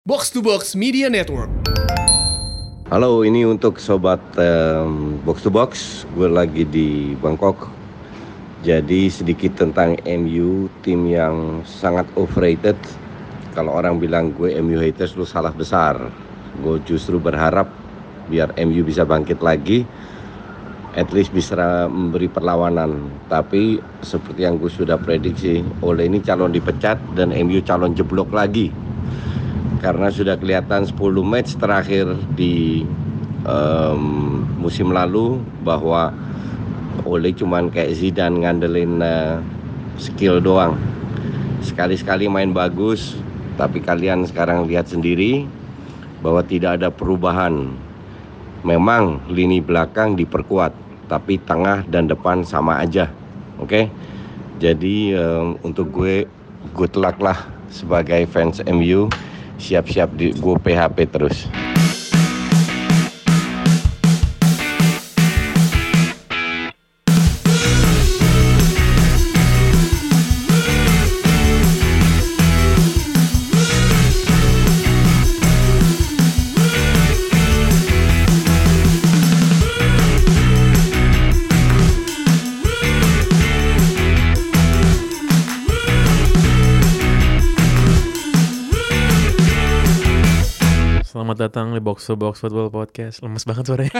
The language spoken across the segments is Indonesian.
Box to Box Media Network. Halo, ini untuk sobat Box to Box. Gue lagi di Bangkok. Jadi sedikit tentang MU, tim yang sangat overrated. Kalau orang bilang gue MU haters, lu salah besar. Gue justru berharap biar MU bisa bangkit lagi, at least bisa memberi perlawanan. Tapi seperti yang gue sudah prediksi, Ole ini calon dipecat dan MU calon jeblok lagi. Karena sudah kelihatan 10 match terakhir di musim lalu bahwa Ole cuman kayak Zidane ngandelin skill doang. Sekali-sekali main bagus, tapi kalian sekarang lihat sendiri bahwa tidak ada perubahan. Memang lini belakang diperkuat, tapi tengah dan depan sama aja. Oke? Jadi untuk gue good luck lah sebagai fans MU. Siap-siap gue PHP terus. Selamat datang di Box to Box Football Podcast. Lemes banget suaranya.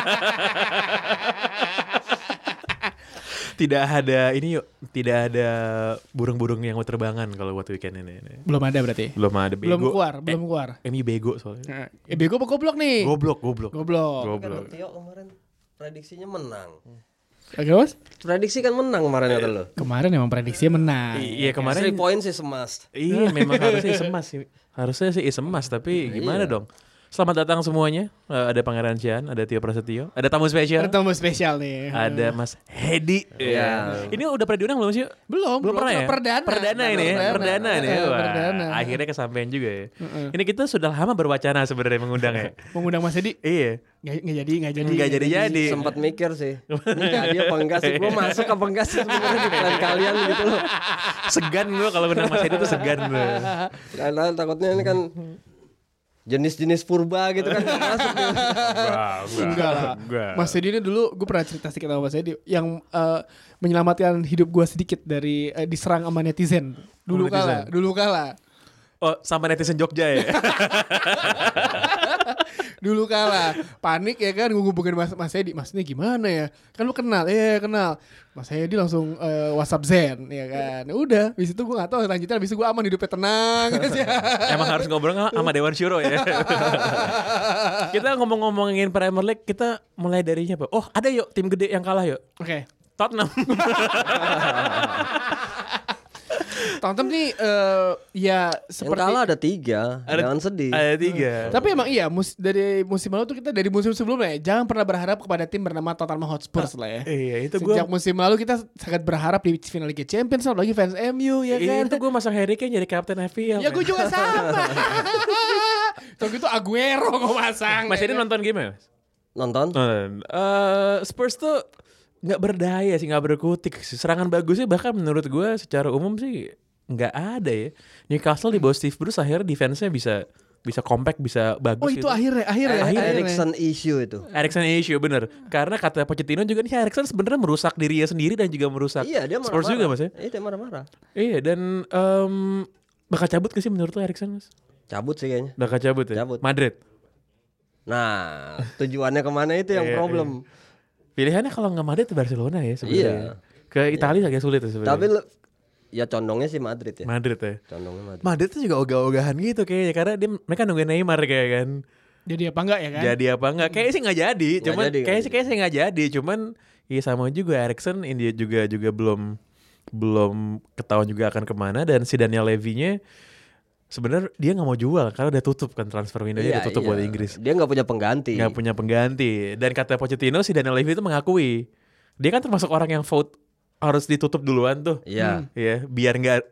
Tidak ada burung-burung yang mau terbangan kalau buat weekend ini. Belum ada berarti? Belum ada, bego. Belum keluar. MU bego soalnya. Bego apa goblok nih? Goblok. Kan Tio kemarin prediksinya menang. Oke, Bos? Prediksi kan menang kemarin kata lo. Kemarin emang prediksinya menang. Iya, kemarin 3 points sih semas. Iya, memang harusnya semas sih. Harusnya sih emas, tapi gimana dong? Selamat datang semuanya. Ada Pangeran Cian, ada Tio Prasetyo, ada tamu spesial. Ada tamu spesial nih. Ada Mas Hedi. Iya. Ini udah pernah diundang belum sih? Belum pernah ya? Perdana ini ya. Perdana ini. Wah, Perdana. akhirnya kesampaian juga ya. Ini kita sudah lama berwacana sebenarnya mengundang ya. Mengundang Mas Edi? Iya. Nggak jadi. Sempat mikir sih. Jadi apa enggak sih? Gue masuk apa enggak sih sebenarnya di plan kalian gitu loh. Segan gue kalau undang Mas Hedi tuh segan gue. Karena takutnya ini kan jenis-jenis purba gitu kan masuk. Enggak lah. Mas Edi ini dulu gue pernah cerita sedikit sama Mas Edi yang menyelamatkan hidup gue sedikit dari diserang sama netizen. Dulu kala. Oh, sama netizen Jogja ya. Dulu kala panik ya kan, gue hubungin Mas Edi. Mas ini gimana ya? Kan lu kenal. Kenal. Mas Edi langsung WhatsApp Zen ya kan. Udah, habis itu gue gak tahu lanjutnya, habis itu gue aman, hidupnya tenang. Emang harus ngobrol sama Dewan Syuro ya. Kita ngomongin Premier League, kita mulai darinya apa? Oh, ada yuk tim gede yang kalah yuk. Oke. Tottenham. Tottenham nih ya seperti Yang kalah ada 3. Jangan sedih. Ada 3. Tapi emang iya dari musim lalu tuh kita, dari musim sebelumnya ya, jangan pernah berharap kepada tim bernama Tottenham Hotspur lah ya. Iya, itu Sejak musim lalu kita sangat berharap di final Liga Champions, apalagi fans MU ya kan. Itu gue masang Harry Kane jadi kapten FPL. Ya gue juga sama. Tuh gitu Aguero gue masang. Mas ini nonton game ya? Nonton? Spurs tuh nggak berdaya sih, nggak berkutik. Serangan bagusnya bahkan menurut gue secara umum sih nggak ada ya. Newcastle di bawah Steve Bruce akhirnya defense-nya bisa compact, bisa bagus. Oh itu akhirnya. Erikson issue itu. Erikson issue bener. Karena kata Pochettino juga nih, Erikson sebenarnya merusak dirinya sendiri dan juga merusak Dia Spurs marah-marah juga mas ya. Iya, dia marah-marah. Iya, dan bakal cabut gak sih menurut lo Erikson mas? Cabut sih kayaknya. Bakal cabut ya? Cabut. Madrid. Nah, tujuannya kemana itu yang problem. Pilihannya kalau nggak Madrid Barcelona ya sebenarnya. Iya. Ke Italia agak sulit ya sebenarnya. Tapi ya condongnya sih Madrid ya. Madrid ya. Condongnya Madrid. Madrid tuh juga ogah-ogahan gitu kayaknya, karena mereka nungguin Neymar kayak kan. Jadi apa enggak ya kan? Jadi apa enggak? Kayaknya sih nggak jadi. Cuman kayaknya sih nggak jadi. Cuman iya sama juga Erikson ini juga belum ketahuan juga akan kemana, dan si Daniel Levy-nya sebenarnya dia nggak mau jual karena udah tutup kan, transfer window-nya udah tutup buat Inggris. Dia nggak punya pengganti. Dan kata Pochettino, si Daniel Levy itu mengakui dia kan termasuk orang yang vote harus ditutup duluan tuh. Iya. Iya, biar nggak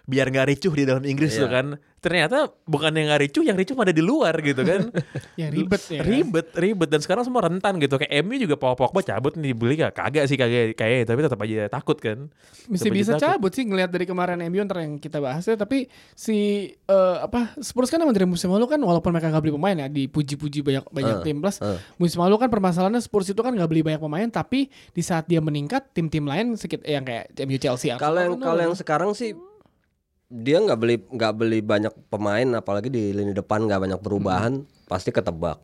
biar nggak ricuh di dalam Inggris tuh kan. Ternyata bukan yang nggak ricuh, yang ricuh ada di luar gitu kan. Yang ribet ya. Ribet dan sekarang semua rentan gitu. Kayak MU juga Pogba cabut nih dibeli kagak sih kayak tapi tetap aja takut kan. Mesti bisa cabut sih ngelihat dari kemarin MU ntar yang kita bahas ya, tapi si Spurs kan emang dari musim lalu kan walaupun mereka nggak beli pemain ya, dipuji-puji banyak tim plus musim lalu kan permasalahannya Spurs itu kan nggak beli banyak pemain, tapi di saat dia meningkat tim-tim lain yang kayak MU, Chelsea. Kalau yang sekarang sih dia nggak beli banyak pemain, apalagi di lini depan nggak banyak perubahan, pasti ketebak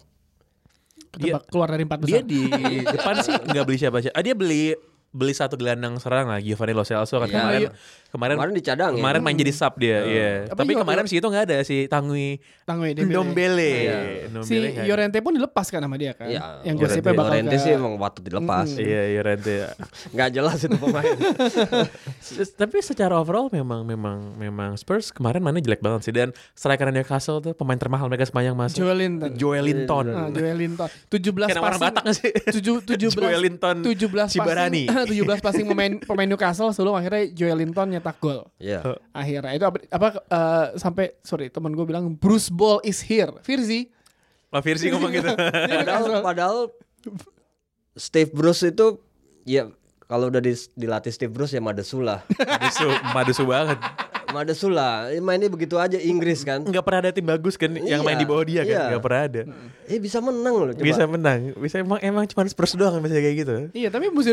keluar dari 4 Dia besar. di depan sih nggak beli siapa-siapa. Dia beli satu gelandang serang lah, Giovanni Lo Celso kan. Kemarin dicadang ya. Kemarin main jadi sub dia, Tapi kemarin sih itu nggak ada si Tanguy Ndombele. Si Llorente pun dilepas kan sama dia kan. Ya, yang gosipnya bakal Llorente sih emang waktu dilepas. Iya, Llorente. Nggak jelas itu pemain. Tapi secara overall memang Spurs kemarin mainnya jelek banget sih, dan striker Newcastle tuh pemain termahal mereka sepanjang masa. Joelinton. 17 Kayak orang Batak gak sih? 17 Joelinton Cibarani. 17 passing pemain Newcastle sebelum akhirnya Joelinton nyetak gol. Iya. Akhirnya itu sampai teman gue bilang Bruce Ball is here. Virzi ngomong gitu. Padahal Steve Bruce itu ya kalau udah dilatih Steve Bruce ya Madesula. Madusu banget. Madesula mainnya begitu aja Inggris kan. Nggak pernah ada tim bagus kan yang main di bawah dia kan. Nggak pernah ada. Bisa menang loh. Bisa menang. Bisa emang cuma Spurs doang yang bisa kayak gitu. Iya tapi musim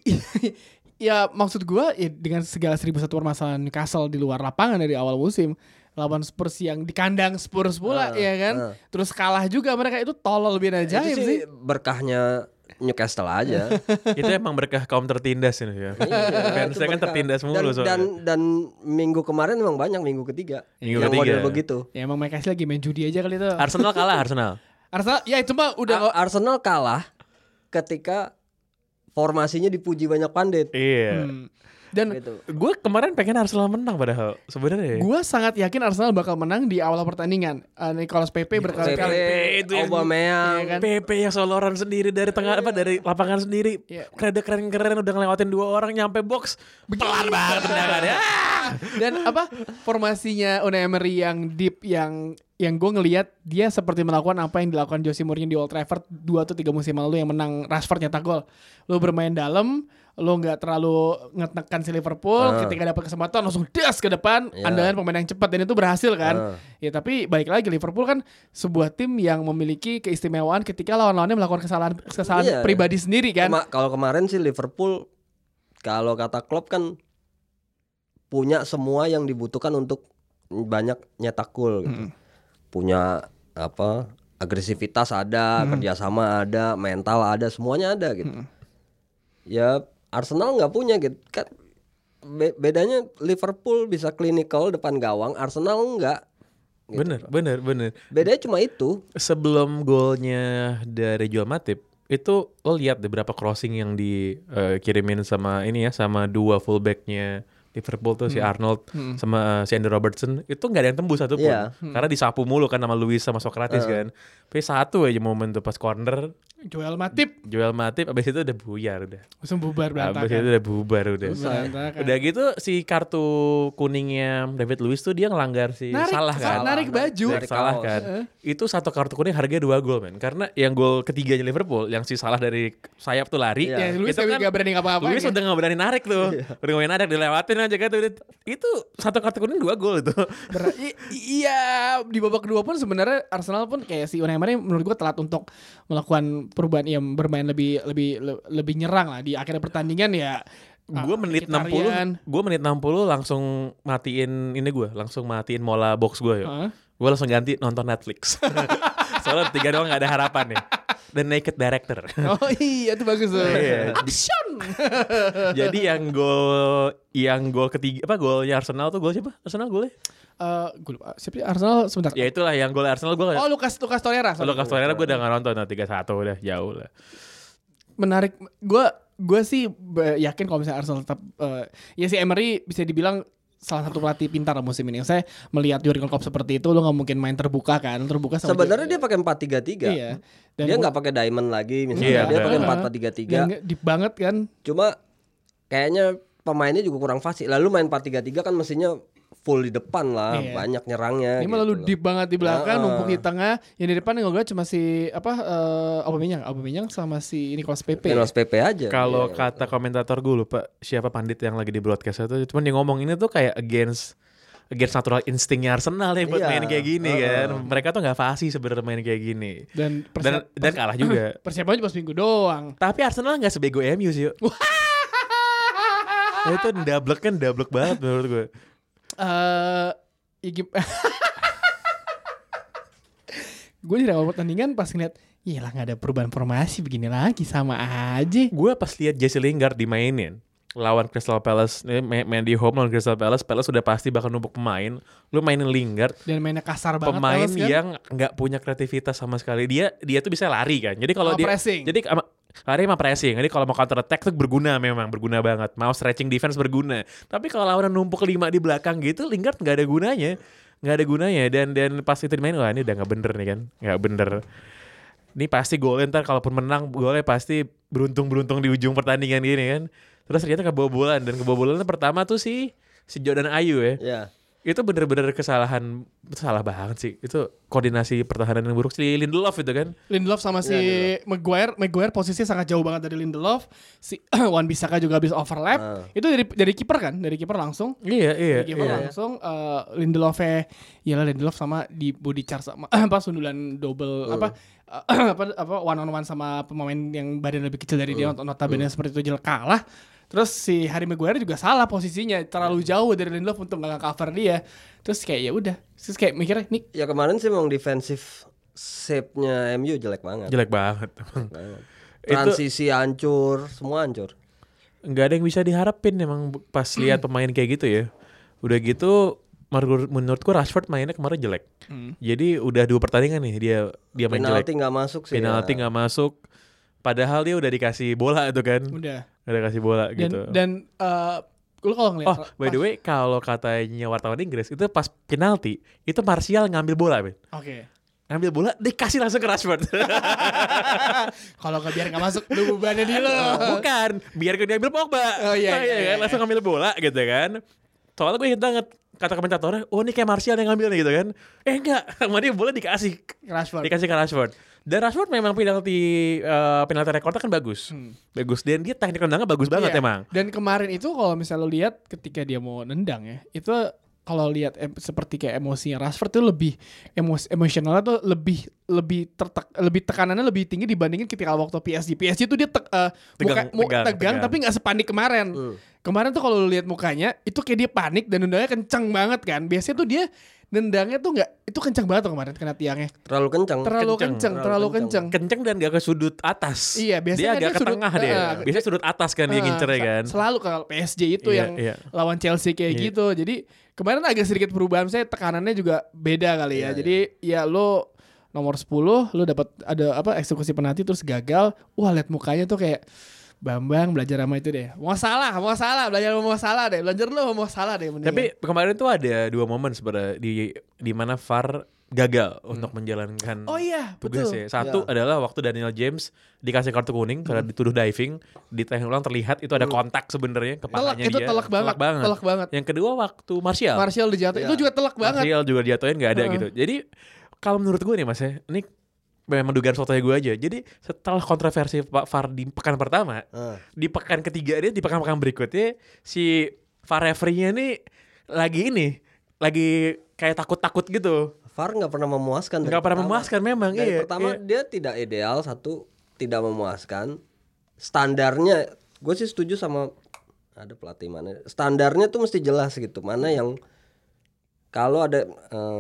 ya maksud gue ya dengan segala 1001 permasalahan Newcastle di luar lapangan dari awal musim lawan Spurs yang di kandang Spurs pula ya kan. Terus kalah juga mereka, itu tolol lebih ajaib itu sih. Berkahnya Newcastle aja. Itu emang berkah kaum tertindas ini ya. Fansnya kan tertindas mulu soalnya. Dan minggu kemarin memang banyak minggu ketiga. Yang model begitu. Ya emang mereka lagi main judi aja kali itu. Arsenal kalah. Arsenal ya itu mah udah Arsenal kalah ketika formasinya dipuji banyak pandit. Iya. Dan gitu. Gue kemarin pengen Arsenal menang padahal sebenarnya. Gue sangat yakin Arsenal bakal menang di awal pertandingan. Nicolas Pepe berkali-kali. Itu Aubameyang. Pepe yang soloran sendiri dari tengah dari lapangan sendiri. Keren udah ngelewatin 2 orang nyampe box. Pelan banget tendangannya. Dan formasinya Unai Emery yang deep yang gue ngelihat dia seperti melakukan apa yang dilakukan Jose Mourinho di Old Trafford 2 atau 3 musim lalu yang menang Rashford nyetak gol. Lo bermain dalam, lo nggak terlalu ngetekan si Liverpool, ketika dapat kesempatan langsung das ke depan, andalan pemain yang cepat, dan itu berhasil kan. Ya tapi balik lagi Liverpool kan sebuah tim yang memiliki keistimewaan ketika lawan-lawannya melakukan kesalahan pribadi sendiri kan. Kalau kemarin sih Liverpool kalau kata Klopp kan punya semua yang dibutuhkan untuk banyak nyetak gol gitu. Punya agresivitas ada, kerjasama ada, mental ada, semuanya ada gitu. Ya Arsenal nggak punya gitu kan. Bedanya Liverpool bisa clinical depan gawang, Arsenal enggak. Gitu. Bener. Bedanya cuma itu. Sebelum golnya dari Joel Matip itu lo lihat deh berapa crossing yang dikirimin sama sama 2 fullbacknya Liverpool tuh, si Arnold sama si Andy Robertson, itu nggak ada yang tembus satu pun. Karena disapu mulu kan sama Luis sama Socrates kan. Tapi satu aja momen tuh pas corner Joel Matip abis itu udah buyar udah. Langsung bubar berantakan. Abis itu udah bubar udah. Udah gitu si kartu kuningnya David Luiz tuh dia ngelanggar salah kan. Narik baju. Salah kan. Itu satu kartu kuning harganya 2 gol men. Karena yang gol ketiganya Liverpool yang si salah dari sayap tuh lari. Ya, Luiz itu kan gak berani ngapa-ngapain. Luiz udah gak berani narik tuh. Udah gak berani narik, dilewatin aja kan. Itu satu kartu kuning 2 gol itu. Iya, di babak kedua pun sebenarnya Arsenal pun kayak si Unai Emery menurut gue telat untuk melakukan perubahan, yang bermain lebih nyerang lah di akhir pertandingan ya. Gue menit 60 langsung matiin mola box gue ya. Gue langsung ganti nonton Netflix. Soalnya 3 doang gak ada harapan ya. The Naked Director. Oh iya itu bagus tuh. Action. Jadi yang gol ketiga golnya Arsenal tuh gol siapa? Arsenal golnya? Gue lupa. Siapa Arsenal sebentar. Ya itulah yang gol Arsenal gue. Oh Lucas Torreira. Lucas Torreira gue udah gak nonton 3-1 udah jauh lah. Menarik. Gue sih yakin kalau misalnya Arsenal tetap ya si Emery bisa dibilang salah satu pelatih pintar musim ini. Saya melihat Jurgen Klopp seperti itu, lo nggak mungkin main terbuka kan? Sebenarnya dia pakai 4-3-3. Iya. Dan dia nggak pakai diamond lagi misalnya. Dia pakai 4-3-3. Deep banget kan? Cuma kayaknya pemainnya juga kurang fasih. Lalu main 4-3-3 kan mestinya full di depan lah, Iya. banyak nyerangnya. Ini malah lu gitu loh. deep banget di belakang, Heeh. numpuk di tengah. Yang di depan yang gue cuma si Aubameyang sama si Nicolas Pepe. Nicolas Pepe aja. Kalau Iya. kata komentator gue lupa siapa pandit yang lagi di broadcast itu, cuman dia ngomong ini tuh kayak against natural instingnya Arsenal ya buat Iya. main kayak gini kan. Mereka tuh nggak fasih sebenarnya main kayak gini. Dan Dan kalah juga. persiapannya cuma seminggu doang. Tapi Arsenal nggak sebego MU sih. Yuk. Itu double banget menurut gue. Gue di awal pertandingan pas ngeliat, iyalah nggak ada perubahan formasi begini lagi sama aja. Gue pas lihat Jesse Lingard dimainin lawan Crystal Palace, main di home lawan Crystal Palace udah pasti bakal numpuk pemain. Lu mainin Lingard, Dan mainnya kasar banget. pemain Palace, kan? yang nggak punya kreativitas sama sekali. Dia tuh bisa lari kan. Jadi kalau Sama dia pressing. jadi lari sama pressing. Jadi kalau mau counter attack tuh berguna banget. Mau stretching defense berguna. Tapi kalau lawan numpuk 5 di belakang gitu, Lingard nggak ada gunanya. Dan pas itu dimain, wah ini udah nggak bener nih kan, nggak bener. Ini pasti golnya ntar kalaupun menang golnya pasti beruntung di ujung pertandingan gini kan. Terus ternyata kebobolan pertama tuh si Jordan Ayew ya. Iya. Itu bener-bener salah banget sih. Itu koordinasi pertahanan yang buruk si Lindelof itu kan. Lindelof sama si Maguire posisinya sangat jauh banget dari Lindelof. Si Wan-Bissaka juga habis overlap. Itu dari kiper kan? Dari kiper langsung. Iya. Dari kiper langsung Lindelof sama di body charge sama sundulan double one on one sama pemain yang badan lebih kecil dari dia, notabene seperti itu jelek kalah. Terus si Harry Maguire juga salah posisinya, terlalu jauh dari Lindelof untuk nggak cover dia. Terus kayak ya udah, terus kayak mikirnya nih Ya kemarin sih memang defensive shape-nya MU jelek banget. Jelek banget. Transisi hancur, semua hancur. Nggak ada yang bisa diharapin emang pas lihat pemain kayak gitu ya. Udah gitu menurutku Rashford mainnya kemarin jelek. Jadi udah 2 pertandingan nih dia main jelek. Penalti nggak masuk sih. Penalti nggak masuk. Padahal dia udah dikasih bola itu kan. udah. Udah kasih bola gitu. Dan lu kalau ngeliat By the way, kalau katanya wartawan Inggris itu pas penalti itu Martial ngambil bola, Ben. Oke. Ngambil bola dikasih langsung ke Rashford. Kalau nggak biar nggak masuk, lu bebannya di lo. Bukan, biar dia ambil Pogba. Oh, iya, kan? Langsung ngambil bola gitu kan. Soalnya gue inget banget kata komentatornya, oh ini kayak Martial yang ngambil nih gitu kan. Enggak, sama dia bola dikasih ke Rashford. Dan Rashford memang penalti rekornya kan bagus. Bagus, dan dia teknik nendangnya bagus banget Iya. emang. Dan kemarin itu kalau misalnya lu lihat ketika dia mau nendang ya, itu kalau lihat seperti kayak emosinya Rashford tuh lebih emosionalnya tuh lebih tekanannya lebih tinggi dibandingin ketika waktu PSG. PSG tuh dia tegang tapi nggak sepanik kemarin. Kemarin tuh kalau lu lihat mukanya itu kayak dia panik dan nendangnya kencang banget kan. Biasanya tuh dia nendangnya tuh itu kencang banget tuh kemarin kena tiangnya. Terlalu kencang. Terlalu kencang. Kencang dan gak ke sudut atas. Iya, biasanya dia agak ke tengah dia. Biasanya sudut atas kan dia ngincernya kan. Selalu kalau PSG itu yang lawan Chelsea kayak gitu. Jadi kemarin agak sedikit perubahan, saya tekanannya juga beda kali ya. Jadi ya lo nomor 10 lo dapat ada eksekusi penalti terus gagal. Wah, lihat mukanya tuh kayak Bambang belajar sama itu deh. Mau salah, belajar mau salah deh. Belajar lo mau salah deh. Mendingan. Tapi kemarin tuh ada 2 momen sebenarnya di mana VAR gagal untuk menjalankan tugasnya. Satu adalah waktu Daniel James dikasih kartu kuning karena dituduh diving, ditayang ulang terlihat itu ada kontak sebenarnya kepalanya itu dia. telak banget. Yang kedua waktu Martial dijatuhin itu juga telak banget. Martial juga dijatuhin nggak ada gitu. Jadi kalau menurut gue nih Mas ya, ini memang dugaan sotonya gue aja. Jadi setelah kontroversi VAR di pekan pertama, di pekan ketiga dia di pekan-pekan berikutnya si VAR referee-nya nih lagi kayak takut-takut gitu. VAR nggak pernah memuaskan. Nggak pernah memuaskan memang. Dari pertama dia tidak ideal, satu tidak memuaskan. Standarnya, gue sih setuju sama ada pelatih mana. Standarnya tuh mesti jelas gitu. Mana yang kalau ada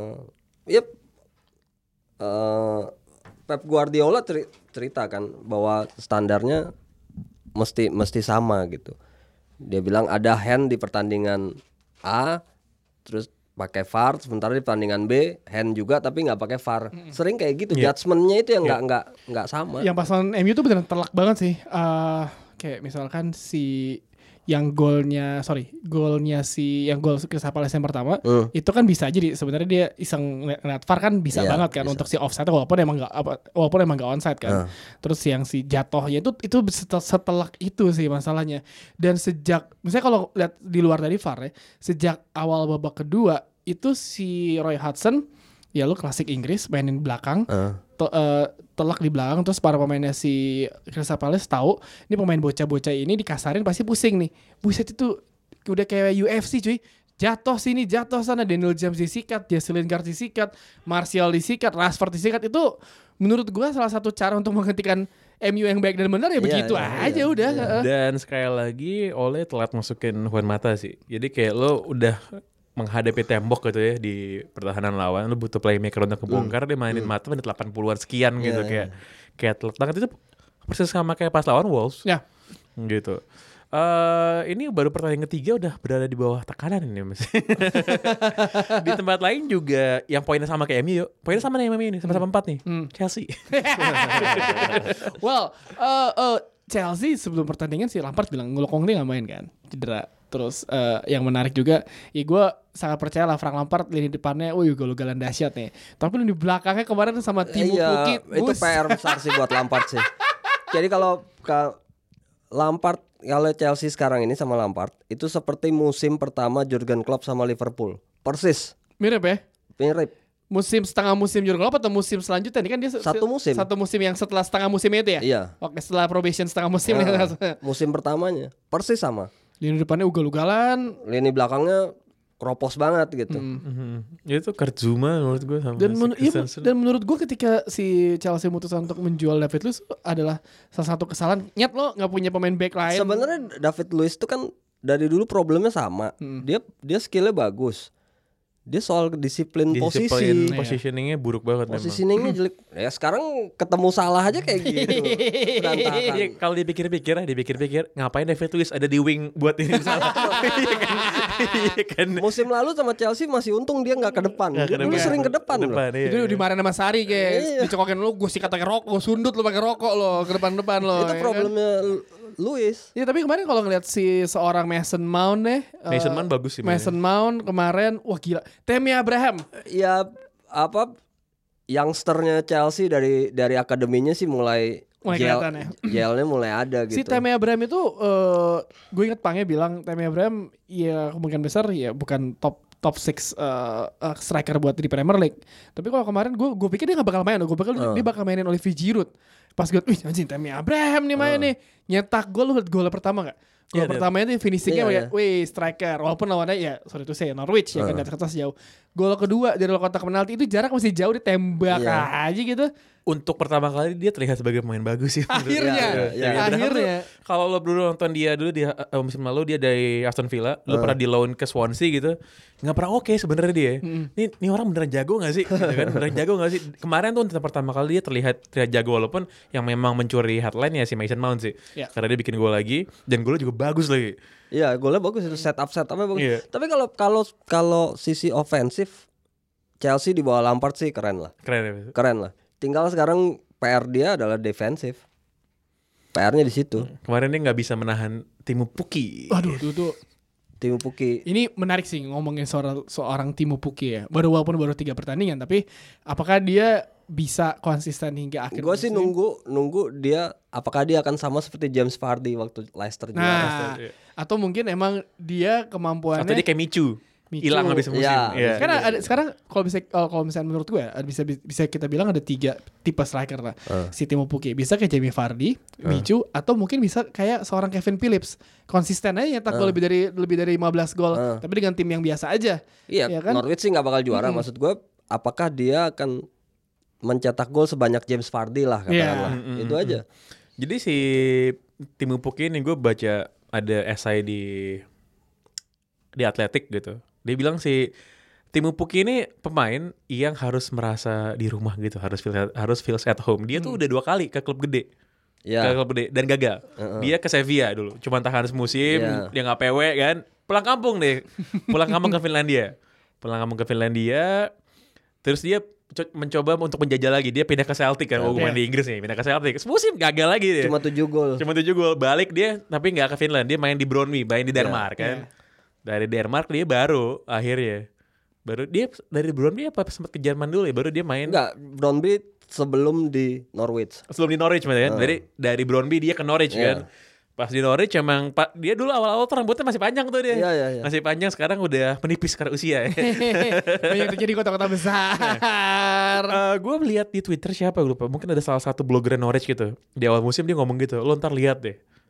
Pep Guardiola cerita kan bahwa standarnya mesti sama gitu. Dia bilang ada hand di pertandingan A, terus pakai VAR, sementara di pertandingan B hand juga tapi nggak pakai VAR. Sering kayak gitu. Judgementnya itu yang nggak sama. Yang pas lawan MU tuh beneran telak banget sih. Kayak misalkan si yang golnya si yang gol Crystal Palace yang pertama itu kan bisa aja sebenarnya dia iseng ngeliat VAR kan bisa banget kan bisa. Untuk si offside walaupun emang nggak onside kan. Terus yang si jatuhnya itu setelah itu sih masalahnya. Dan sejak misalnya kalau lihat di luar dari VAR ya, sejak awal babak kedua itu si Roy Hodgson ya lu klasik Inggris mainin belakang telak di belakang, terus para pemainnya si Crystal Palace tahu ini pemain bocah-bocah ini dikasarin pasti pusing nih. Buset itu udah kayak UFC cuy. Jatuh sini, jatuh sana, Daniel James disikat, Jesse Lingard disikat, Martial disikat, Rashford disikat. Itu menurut gua salah satu cara untuk menghentikan MU yang baik dan benar ya begitu aja udah. Dan sekali lagi Ole telat masukin Juan Mata sih. Jadi kayak lo udah menghadapi tembok gitu ya di pertahanan lawan, lu butuh playmaker untuk kebongkar, dia mainin Mata menit 80-an sekian gitu kayak telat banget. Itu persis sama kayak pas lawan Wolves gitu. Ini baru pertandingan ketiga udah berada di bawah tekanan ini Mas. Di tempat lain juga yang poinnya sama kayak MU, poinnya sama nih MU ini, sama-sama 4 nih. Chelsea. Chelsea sebelum pertandingan si Lampard bilang Ngolokong dia nggak main kan, cedera. Terus yang menarik juga, ya gue sangat percaya lah Frank Lampard lini depannya, gol-golan dahsyat nih. Tapi lini belakangnya kemarin sama Timo Pukki, itu PR besar sih buat Lampard sih. Jadi kalau Lampard, kalau Chelsea sekarang ini sama Lampard itu seperti musim pertama Jurgen Klopp sama Liverpool, persis. Mirip ya? Mirip. Musim setengah musim Jurgen Klopp atau musim selanjutnya? Ini kan dia satu musim yang setelah setengah musim itu ya? Iya. Oke, setelah probation setengah musim. Musim pertamanya persis sama. Lini depannya ugal-ugalan, lini belakangnya kropos banget gitu. Itu Kurtzuma menurut gue sama dan menurut gue ketika si Chelsea memutuskan untuk menjual David Luiz adalah salah satu kesalahan. Nyet lo nggak punya pemain back lain. Sebenarnya David Luiz itu kan dari dulu problemnya sama. Dia skillnya bagus. Dia soal disiplin posisi. Positioningnya buruk banget. Positioningnya jelek. Ya sekarang ketemu salah aja kayak gitu. Berantakan. Kalau dipikir-pikir ngapain David Luiz ada di wing buat ini salah. Iya kan. Musim lalu sama Chelsea masih untung dia nggak ke depan. Dulu sering ke depan loh. Itu dimarahin sama Sari kayak dicokokin lu, gue sikat pakai rokok, sundut lu pakai rokok lo ke depan lo. Itu problemnya Luiz. Ya tapi kemarin kalau ngeliat si seorang Mason Mount Mason Mount bagus sih. Mason Mount kemarin wah gila. Tammy Abraham. Ya youngsternya Chelsea dari akademinya sih mulai kelihatan ya. Gelnya mulai ada gitu. Si Tammy Abraham itu gue ingat Pangnya bilang Tammy Abraham ya kemungkinan besar ya bukan top 6 striker buat di Premier League. Tapi kalau kemarin gue pikir dia gak bakal main. Gue pikir dia bakal mainin Olivier Giroud. Pas gue anjing Tammy Abraham nih main nih. Nyetak gol pertama gak? Gol pertamanya tuh finishingnya striker. Walaupun lawannya ya sorry to say Norwich ya kan dari atas jauh. Gol kedua dari kotak penalti itu jarak masih jauh ditembak aja gitu. Untuk pertama kali dia terlihat sebagai pemain bagus sih. Akhirnya. Kalau lo dulu nonton dia dulu di musim lalu dia dari Aston Villa, lo pernah di loan ke Swansea gitu, nggak pernah oke sebenarnya dia. Ini orang beneran jago nggak sih? Gitu kan? Beneran jago nggak sih? Kemarin tuh untuk pertama kali dia terlihat jago walaupun yang memang mencuri headline ya si Mason Mount sih. Karena dia bikin gol lagi dan golnya juga bagus lagi. Iya, golnya bagus itu setupnya bagus. Tapi kalau sisi ofensif Chelsea di bawah Lampard sih keren lah. Tinggal sekarang PR dia adalah defensif. PR-nya di situ. Kemarin dia nggak bisa menahan Timo Pukki. Aduh, itu Timo Pukki. Ini menarik sih ngomongin seorang Timo Pukki ya. Walaupun baru 3 pertandingan, tapi apakah dia bisa konsisten hingga akhir? Gue sih nunggu dia apakah dia akan sama seperti James Vardy waktu Leicester juara. Atau mungkin emang dia kemampuannya. Atau dia kayak Michu. Hilang habis musim. Sekarang kalau misalnya menurut gue bisa kita bilang ada 3 tipe striker lah. Si Timo Pukki bisa kayak Jamie Vardy, Michu, atau mungkin bisa kayak seorang Kevin Phillips. Konsisten aja nyetak gol lebih dari 15 gol, tapi dengan tim yang biasa aja. Iya, ya kan? Norwich sih nggak bakal juara. Maksud gue, apakah dia akan mencetak gol sebanyak James Vardy lah katakanlah. Itu aja. Jadi si Timo Pukki ini gue baca ada esai di Atletik gitu. Dia bilang si Timo Pukki ini pemain yang harus merasa di rumah gitu, harus feel at home. Dia tuh udah 2 kali ke klub gede. Ke klub gede dan gagal. Dia ke Sevilla dulu, cuma tahan semusim, dia nggak PW kan. Pulang kampung ke Finlandia. Terus dia mencoba untuk menjajah lagi. Dia pindah ke Celtic kan, main di Inggris nih, pindah ke Celtic. Musim gagal lagi dia. Cuma 7 gol. Balik dia tapi nggak ke Finland. Dia main di Brøndby, main di Denmark kan. Dari Denmark dia baru akhirnya. Baru dia dari Brøndby apa sempat ke Jerman dulu ya, baru dia main. Enggak, Brøndby sebelum di Norwich. Sebelum di Norwich kan. Dari Brøndby dia ke Norwich kan. Pas di Norwich emang dia dulu awal-awal tuh rambutnya masih panjang tuh dia. Iya. Masih panjang, sekarang udah menipis karena usia ya. Banyak terjadi kota-kota besar. Gue melihat di Twitter siapa gue lupa. Mungkin ada salah satu blogger Norwich gitu. Di awal musim dia ngomong gitu. Lo ntar lihat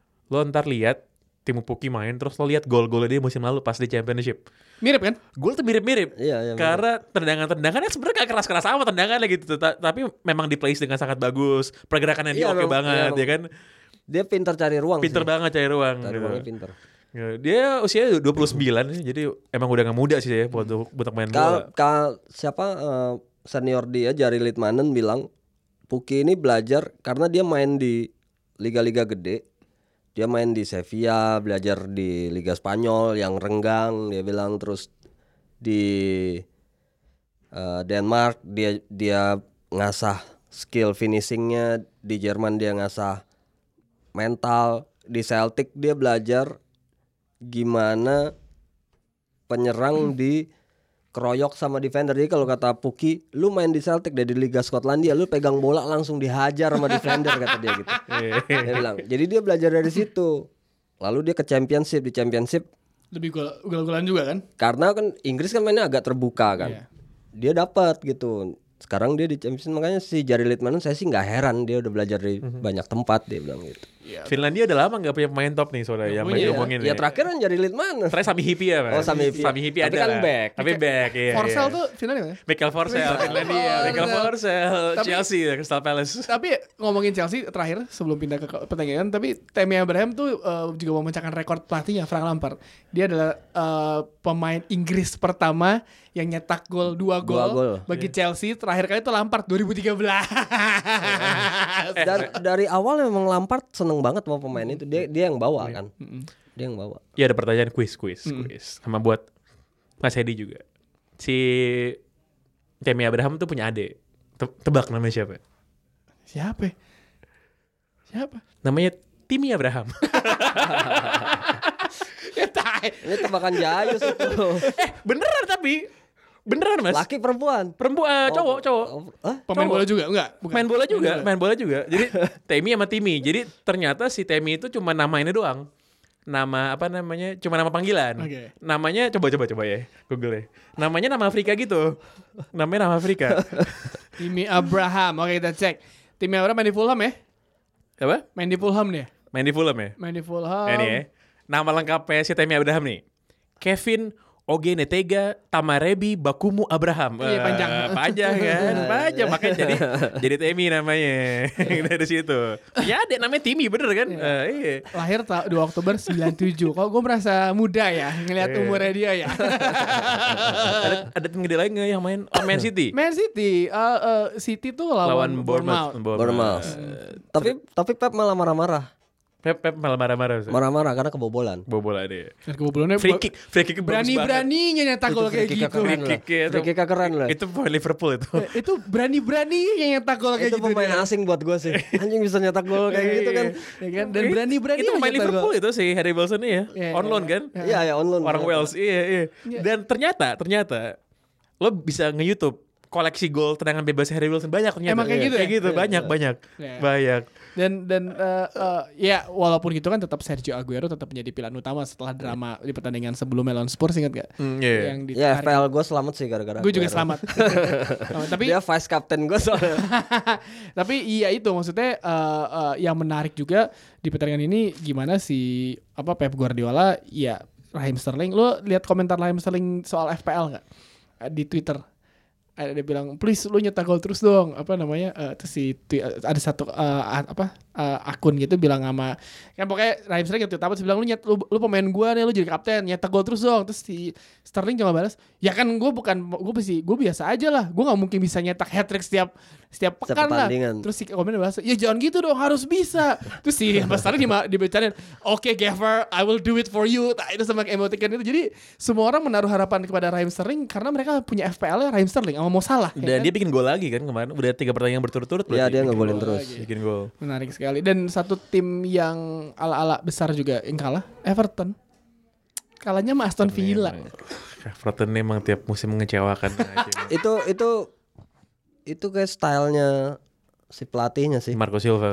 Timo Pukki main, terus lo lihat gol-golnya dia musim lalu pas di Championship. Mirip kan? Gol tuh mirip-mirip. Iya, karena tendangannya sebenarnya gak keras-keras sama tendangannya gitu. Tapi memang di place dengan sangat bagus. Pergerakannya dia oke banget ya kan. Dia pintar cari ruang. Pintar banget cari ruang. Cari ruangnya pintar. Dia usianya 29 jadi emang udah gak muda sih ya buat main bola. Senior dia Jari Litmanen bilang Pukki ini belajar karena dia main di liga-liga gede. Dia main di Sevilla, belajar di Liga Spanyol yang renggang, dia bilang, terus di Denmark dia ngasah skill finishingnya, di Jerman dia ngasah mental, di Celtic dia belajar gimana penyerang dikeroyok sama defender. Jadi kalau kata Pukki, lu main di Celtic dari Liga Skotlandia, lu pegang bola langsung dihajar sama defender kata dia gitu. Dia bilang, jadi dia belajar dari situ. Lalu dia ke Championship, di Championship lebih gol-golan juga kan? Karena kan Inggris kan mainnya agak terbuka kan. Dia dapat gitu. Sekarang dia di Championship, makanya si Jari Litmanen saya sih nggak heran dia udah belajar di banyak tempat, dia bilang gitu. Finlandia udah lama nggak punya pemain top nih soalnya yang ngomongin. Ya terakhir kan Jari Litmanen. Terakhir Sami Hippie ya, Mas. Sami Hippie ada. Tapi kan back. Tapi back ya. Forsell tuh Finlandia kan? Michael Forsell Finlandia. Michael Forsell Chelsea, Crystal Palace. Tapi ngomongin Chelsea terakhir sebelum pindah ke pertandingan, tapi Tammy Abraham tuh juga memecahkan rekor pelatihnya Frank Lampard. Dia adalah pemain Inggris pertama yang nyetak gol 2 gol bagi Chelsea. Terakhir kali itu Lampard 2013. Dari awal memang Lampard seneng banget sama pemain itu. Dia yang bawa kan. Dia yang bawa. Ya ada pertanyaan quiz. Sama buat Mas Hedi juga. Si Tammy Abraham tuh punya adik. Tebak namanya siapa? Siapa? Namanya Timmy Abraham. Ini tebakan Jayus itu. Beneran tapi. Beneran Mas? Laki perempuan? Cowok. Pemain bola juga? Enggak, bukan. Main bola juga. Jadi Tammy sama Timmy. Jadi ternyata si Tammy itu cuma nama ini doang. Nama apa namanya? Cuma nama panggilan. Okay. Namanya coba ya Google ya. Namanya nama Afrika gitu. Namanya nama Afrika. Timmy Abraham. Oke, kita cek. Timmy Abraham main di Fulham ya? Apa? Main di Fulham nih. Main di Fulham ya? Main di Fulham. Ini ya. Nama lengkapnya si Tammy Abraham nih. Kevin Ogenetega Tamarebi Bakumu Abraham. Iya, panjang kan. Panjang makanya jadi Tammy namanya. Dari situ. Ya adek namanya Timmy bener kan? Iya. Lahir 2 Oktober 97. Kok gue merasa muda ya ngelihat umurnya dia ya. Ada tim gede lain nggak yang main? Man City. Man City. City tuh lawan Bournemouth. Tapi Pep malah marah-marah. Pep malah marah-marah. Marah-marah karena kebobolan. Bobolan dia. Kebobolannya free kick berani-beraninya nyetak gol kayak gitu. Free kick keren lah. Itu pemain Liverpool itu. Itu berani-beraninya nyetak gol kayak gitu. Itu pemain asing buat gue sih. Anjing bisa nyetak gol kayak gitu kan. Ya kan? Dan berani-berani itu pemain Liverpool itu si Harry Wilson ya. On loan kan? Iya, on loan. Orang Wales. Iya. Dan ternyata lo bisa nge-YouTube koleksi gol tendangan bebas Harry Wilson banyak ternyata. Emang kayak gitu ya? Kayak gitu, banyak. Dan ya walaupun gitu kan tetap Sergio Aguero tetap menjadi pilihan utama setelah drama di pertandingan sebelumnya lawan Spurs, ingat gak? Yang FPL gue selamat sih gara-gara gue juga selamat. Tapi dia vice captain gue soalnya. Tapi iya itu maksudnya yang menarik juga di pertandingan ini gimana si Pep Guardiola ya Raheem Sterling. Lo lihat komentar Raheem Sterling soal FPL nggak di Twitter? Ada dia bilang please lu nyetak gol terus dong, terus ada satu akun gitu bilang sama kan pokoknya Raheem Sterling gitu bilang lu pemain gua nih, lu jadi kapten, nyetak gol terus dong. Terus si Sterling cuma balas ya kan gue biasa aja lah, gue nggak mungkin bisa nyetak hat-trick setiap setiap pekan lah. Terus si komen bahasa, ya jangan gitu dong, harus bisa. Terus si Bastarnya dibacain, oke Gaffer, I will do it for you. Nah, itu sama emoticon itu. Jadi semua orang menaruh harapan kepada Raheem Sterling karena mereka punya FPL-nya Raheem Sterling sama Mo Salah. Dan dia bikin gol lagi kan kemarin, udah 3 pertandingan berturut-turut. Iya, dia ngegolin terus. Bikin gol. Menarik sekali. Dan satu tim yang ala-ala besar juga yang kalah, Everton. Kalahnya sama Aston Villa. Everton memang tiap musim mengecewakan. Itu kayak stylenya si pelatihnya sih. Marco Silva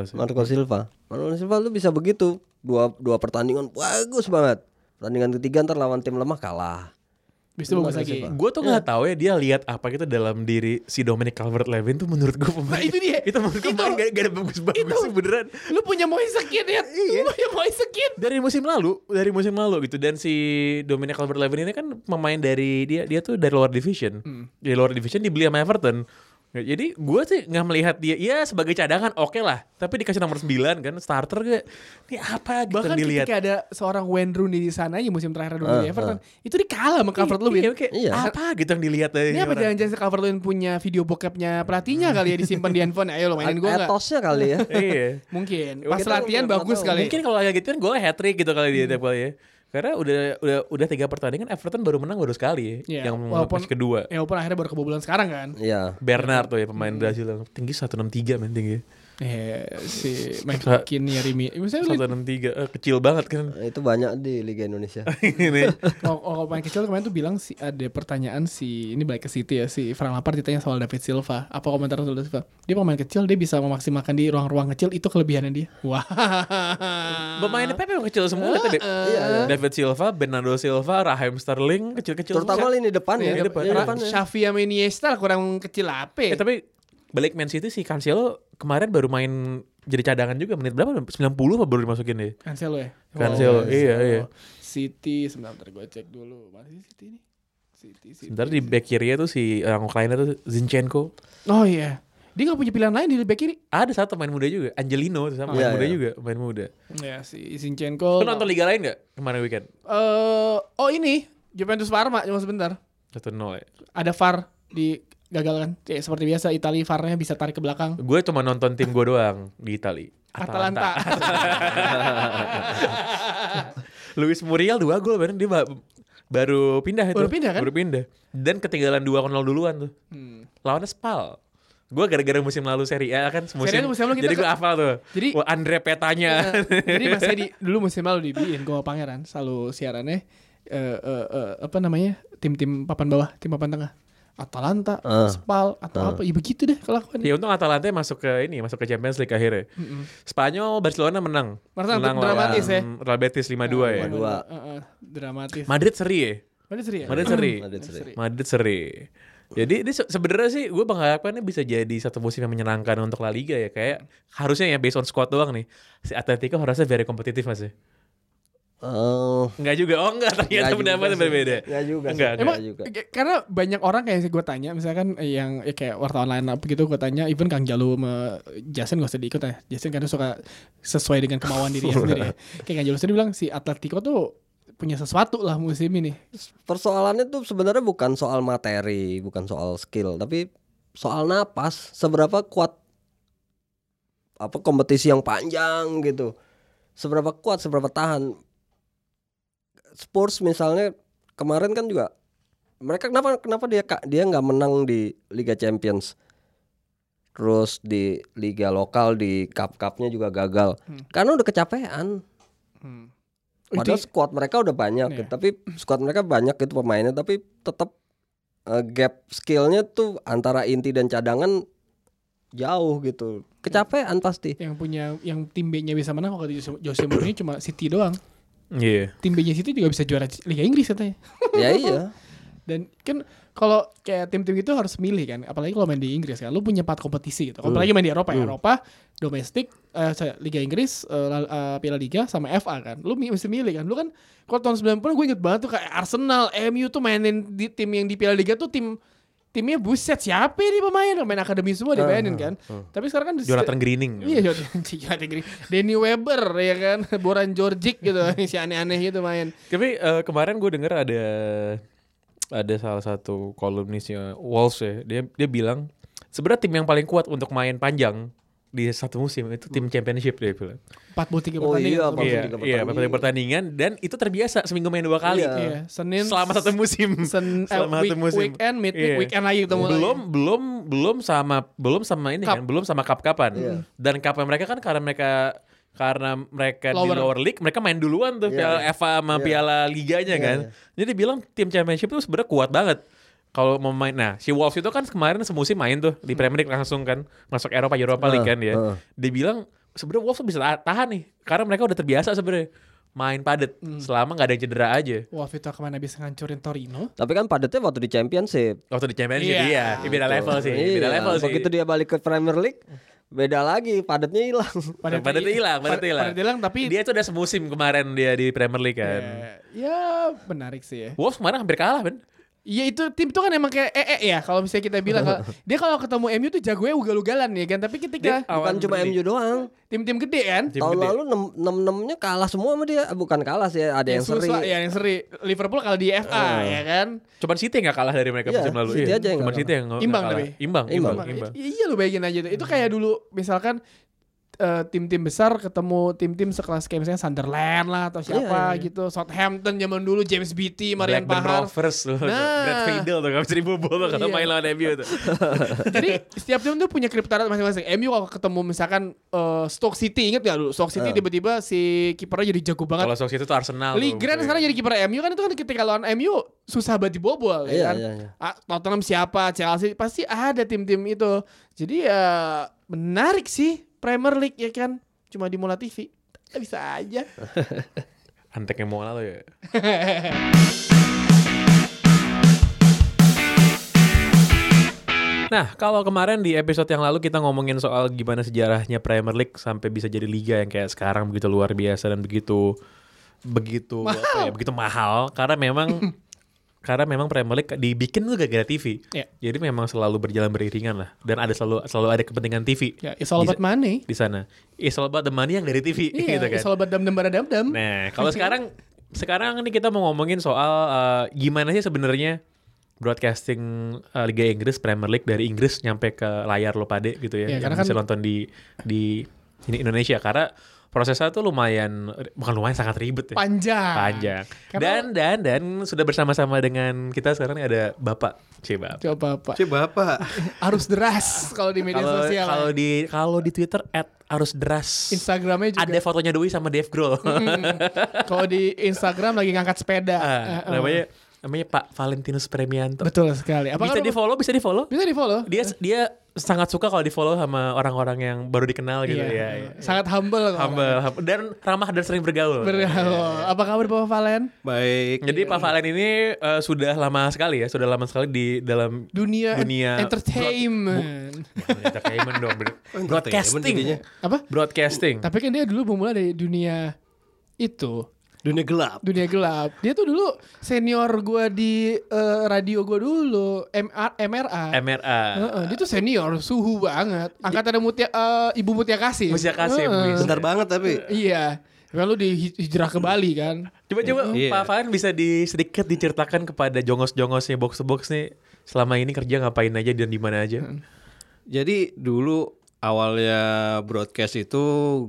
tuh bisa begitu. Dua pertandingan bagus banget. Pertandingan ketiga ntar lawan tim lemah kalah. Bisa bagus lagi. Gue tuh nggak tahu ya dia lihat apa gitu dalam diri si Dominic Calvert-Lewin tuh menurut gue pemain. Nah, itu dia. Itu menurut gue pemain gak ada bagus-bagus beneran. Lu punya Moise Kean ya? Iya. Lu punya Moise Kean. Dari musim lalu gitu. Dan si Dominic Calvert-Lewin ini kan pemain dari dia tuh dari lower division. Di lower division dibeli sama Everton. Jadi gue sih gak melihat dia ya sebagai cadangan oke lah. Tapi dikasih nomor 9 kan starter gak. Ini apa gitu bahkan dilihat. Ketika ada seorang Wayne Rooney di sana ya musim terakhir dulu di Everton, itu dikalah sama Calvert-Lewin. Apa gitu yang dilihat dari ini apa jangan-jangan Calvert-Lewin punya video bokepnya pelatihnya kali ya disimpan di handphone. Ayo lo mainin gue gak? Etosnya kali ya. Iya. Mungkin pas latihan bagus kali. Mungkin kalau kayak gitu kan gue hat-trick gitu kali dia tiap kali ya. Karena udah 3 pertandingan Everton baru menang sekali ya. Yang match kedua. Ya walaupun akhirnya baru kebobolan sekarang kan. Iya. Bernard tuh ya pemain Brazil yang tinggi 163 main tinggi. Si Michael Keane ya Rimi. 163 kecil banget kan. Itu banyak di Liga Indonesia. Kalau pemain kecil kemarin tuh bilang ada pertanyaan ini balik ke City ya, si Frank Lampard ditanya soal David Silva. Apa komentar David Silva? Dia pemain kecil, dia bisa memaksimalkan di ruang-ruang kecil, itu kelebihannya dia. Wah. Pemainnya Pep yang kecil semua tapi David Silva, Bernardo Silva, Raheem Sterling kecil-kecil. Terutama lini depan ya. Xavi sama Iniesta kurang kecil apa? Tapi balik Man City si Cancelo kemarin baru main jadi cadangan juga, menit berapa? 90 apa baru dimasukin deh. Cancelo ya? Cancelo, iya. City, sebentar gue cek dulu. Mana sih City ini? City. Sebentar di back kirinya tuh si yang lainnya tuh Zinchenko. Oh iya. Dia gak punya pilihan lain di back kiri? Ada satu main muda juga, Angelino tuh sama muda juga, main muda. Ya si Zinchenko. Lu nonton liga lain gak kemarin weekend? Ini Juventus Parma cuma sebentar. 1-0 ya. Ada VAR di gagal kan. Seperti biasa Italia VAR-nya bisa tarik ke belakang. Gue cuma nonton tim gue doang di Italia. Atalanta. Luis Muriel 2 gol bareng dia baru pindah itu. Baru pindah. Dan ketinggalan 2-0 duluan tuh. Lawannya Spal. Gue gara-gara musim lalu Serie A kan jadi gue hafal tuh. Jadi Andre Petanya. Jadi Mas Edi dulu musim lalu di gue Pangeran selalu siarannya apa namanya? Tim-tim papan bawah, tim papan tengah. Atalanta, Spal atau apa, ya begitu deh kelakuan. Ya untung Atalanta masuk ke Champions League akhirnya. Spanyol Barcelona menang dramatis ya. Real Betis 5-2 ya. Dramatis. Madrid seri ya. Madrid seri. Jadi ini sebenarnya sih gue mengharapkannya bisa jadi satu musim yang menyenangkan untuk La Liga ya. Kayak harusnya ya based on squad doang nih. Si Atletico harusnya very kompetitif Mas ya. Enggak juga. Ternyata pendapatnya berbeda. Enggak juga. Karena banyak orang kayak gue tanya, misalkan yang kayak wartawan lain apa gitu, gue tanya, even Kang Jalu sama Jason gak usah diikut ya. Jason kadang suka sesuai dengan kemauan dirinya sendiri ya. Kayak Kang Jalu sendiri bilang si Atletico tuh punya sesuatu lah musim ini. Persoalannya tuh sebenarnya bukan soal materi, bukan soal skill, tapi soal napas. Seberapa kuat kompetisi yang panjang gitu. Seberapa kuat, seberapa tahan. Spurs misalnya kemarin kan juga mereka kenapa dia nggak menang di Liga Champions, terus di liga lokal di cup-cupnya juga gagal karena udah kecapean. Padahal squad mereka udah banyak, gitu. Tapi squad mereka banyak gitu pemainnya, tapi tetap gap skillnya tuh antara inti dan cadangan jauh gitu, kecapean pasti. Yang tim B-nya bisa menang kalau Jose Mourinho cuma City doang. Iya. Tim B-nya City juga bisa juara Liga Inggris katanya. Ya iya. Dan kan kalau kayak tim-tim itu harus milih kan, apalagi kalau main di Inggris kan, lu punya 4 kompetisi gitu. Apalagi main di Eropa, domestik, Liga Inggris, Piala Liga sama FA kan. Lu mesti milih kan. Lu kan kalau tahun 90 gue inget banget tuh kayak Arsenal, MU tuh mainin di tim yang di Piala Liga tuh timnya buset, siapa nih pemain akademi semua dimainin kan. Tapi sekarang kan Jonathan Greening. Iya, Jonathan Greening. Danny Weber ya kan, Boran Djordjic gitu, si aneh-aneh gitu main. Tapi kemarin gue denger ada salah satu kolumnisnya Wolves ya. Dia bilang sebenarnya tim yang paling kuat untuk main panjang di satu musim itu tim championship dia bilang. 43 Oh pertandingan. iya, 43 pertandingan dan itu terbiasa seminggu main 2 kali. Iya, Senin Selama satu musim. Selama satu musim. Weekend, midweek, Iya. weekend lagi ketemu lagi. Belum sama ini Cup. kan, belum sama cup-cupan. Dan cup mereka kan karena mereka di lower league, mereka main duluan tuh Piala FA sama Piala Liganya kan. Jadi bilang tim championship itu sebenarnya kuat banget. Kalau mau main, nah si Wolves itu kan kemarin semusim main tuh di Premier League langsung kan masuk Europa League kan ya. Dia bilang sebenarnya Wolves bisa tahan nih karena mereka udah terbiasa sebenarnya main padet selama nggak ada yang cedera aja. Wolves itu kemana bisa ngancurin Torino? Tapi kan padatnya waktu di Championship. Waktu di Championship iya, beda level sih, beda level sih. Begitu dia balik ke Premier League, beda lagi, padatnya hilang. Padatnya hilang. Tapi Dia tuh udah semusim kemarin dia di Premier League kan. ya menarik sih ya. Wolves kemarin hampir kalah kan. Iya itu tim itu kan emang kayak ya kalau misalnya kita bilang dia kalau ketemu MU tuh jagonya ugal-ugalan ya kan, tapi ketika Bukan cuma MU doang. tim-tim gede kan Tahun lalu 6-6-nya kalah semua sama dia. Bukan kalah sih, ada yang seri. Ya yang seri Liverpool kalah di FA ya kan. Cuman City yang gak kalah dari mereka musim lalu. City aja yang Cuman nggak City yang Imbang nggak tapi. kalah. Imbang. Iya lu bayangin aja tuh. Itu kayak dulu misalkan tim-tim besar ketemu tim-tim sekelas kayak misalnya Sunderland lah atau siapa gitu, Southampton zaman dulu, James Beattie, Marian Blackburn Pahar. Rovers tuh. Brad Friedel tuh gak bisa dibobol tuh kalau main lawan MU tuh. Jadi setiap tim tuh punya kriptonit masing-masing. MU kalau ketemu misalkan Stoke City, inget gak dulu? Stoke City tiba-tiba si kipernya jadi jago banget. Kalau Stoke itu tuh Arsenal. Lee Grant sekarang jadi kiper MU kan, itu kan ketika lawan MU susah banget dibobol ya kan. Tottenham siapa, Chelsea pasti ada tim-tim itu. Jadi ya menarik sih Premier League ya kan. Cuma di Mola TV bisa aja. Anteknya mau lalu ya. Nah, kalau kemarin di episode yang lalu kita ngomongin soal gimana sejarahnya Premier League sampai bisa jadi liga yang kayak sekarang begitu luar biasa dan begitu mahal karena memang Premier League dibikin tuh gara-gara TV. Yeah. Jadi memang selalu berjalan beriringan lah dan ada selalu ada kepentingan TV. Yeah, it's all about money di sana. It's all about the money yang dari TV gitu kan. It's all about dam. Nah, kalau sekarang ini kita mau ngomongin soal gimana sih sebenarnya broadcasting Liga Inggris, Premier League dari Inggris nyampe ke layar lo pade gitu ya. Yang bisa nonton di ini Indonesia karena prosesnya tuh sangat ribet ya. Panjang. Dan sudah bersama-sama dengan kita sekarang ada Bapak. Bapak. Arus deras kalau di media sosial. Kalau di Twitter @arusderas. Instagramnya juga ada fotonya Dwi sama Dave Grohl. Kalau di Instagram lagi ngangkat sepeda. Namanya Pak Valentinus Premianto. Betul sekali. Bisa di follow. Dia sangat suka kalau di follow sama orang-orang yang baru dikenal gitu ya. Sangat humble dan ramah dan sering bergaul. Apa kabar Bapak Valen? Baik. Jadi Pak Valen ini sudah lama sekali di dalam dunia entertainment. Entertainment dong. Broadcasting. Apa? Broadcasting. Tapi kan dia dulu bermula dari dunia itu. Dunia gelap. Dia tuh dulu senior gue di radio gue dulu, MRA. Dia tuh senior, suhu banget. Angkatan Ibu Mutia Kasih. Bentar banget tapi. Iya. Kan lu hijrah ke Bali kan. Coba Pak Fahlan bisa sedikit diceritakan kepada jongos-jongosnya Box to Box nih selama ini kerja ngapain aja dan di mana aja. Jadi dulu awalnya broadcast itu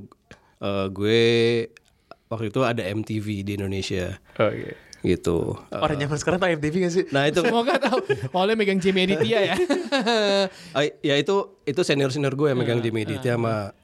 gue waktu itu ada MTV di Indonesia. Oh iya. Gitu. Orang zaman sekarang tahu MTV gak sih? Nah itu semoga tahu. Oleh megang Jimmy Aditya ya. Ya itu senior gue yang megang Jimmy Aditya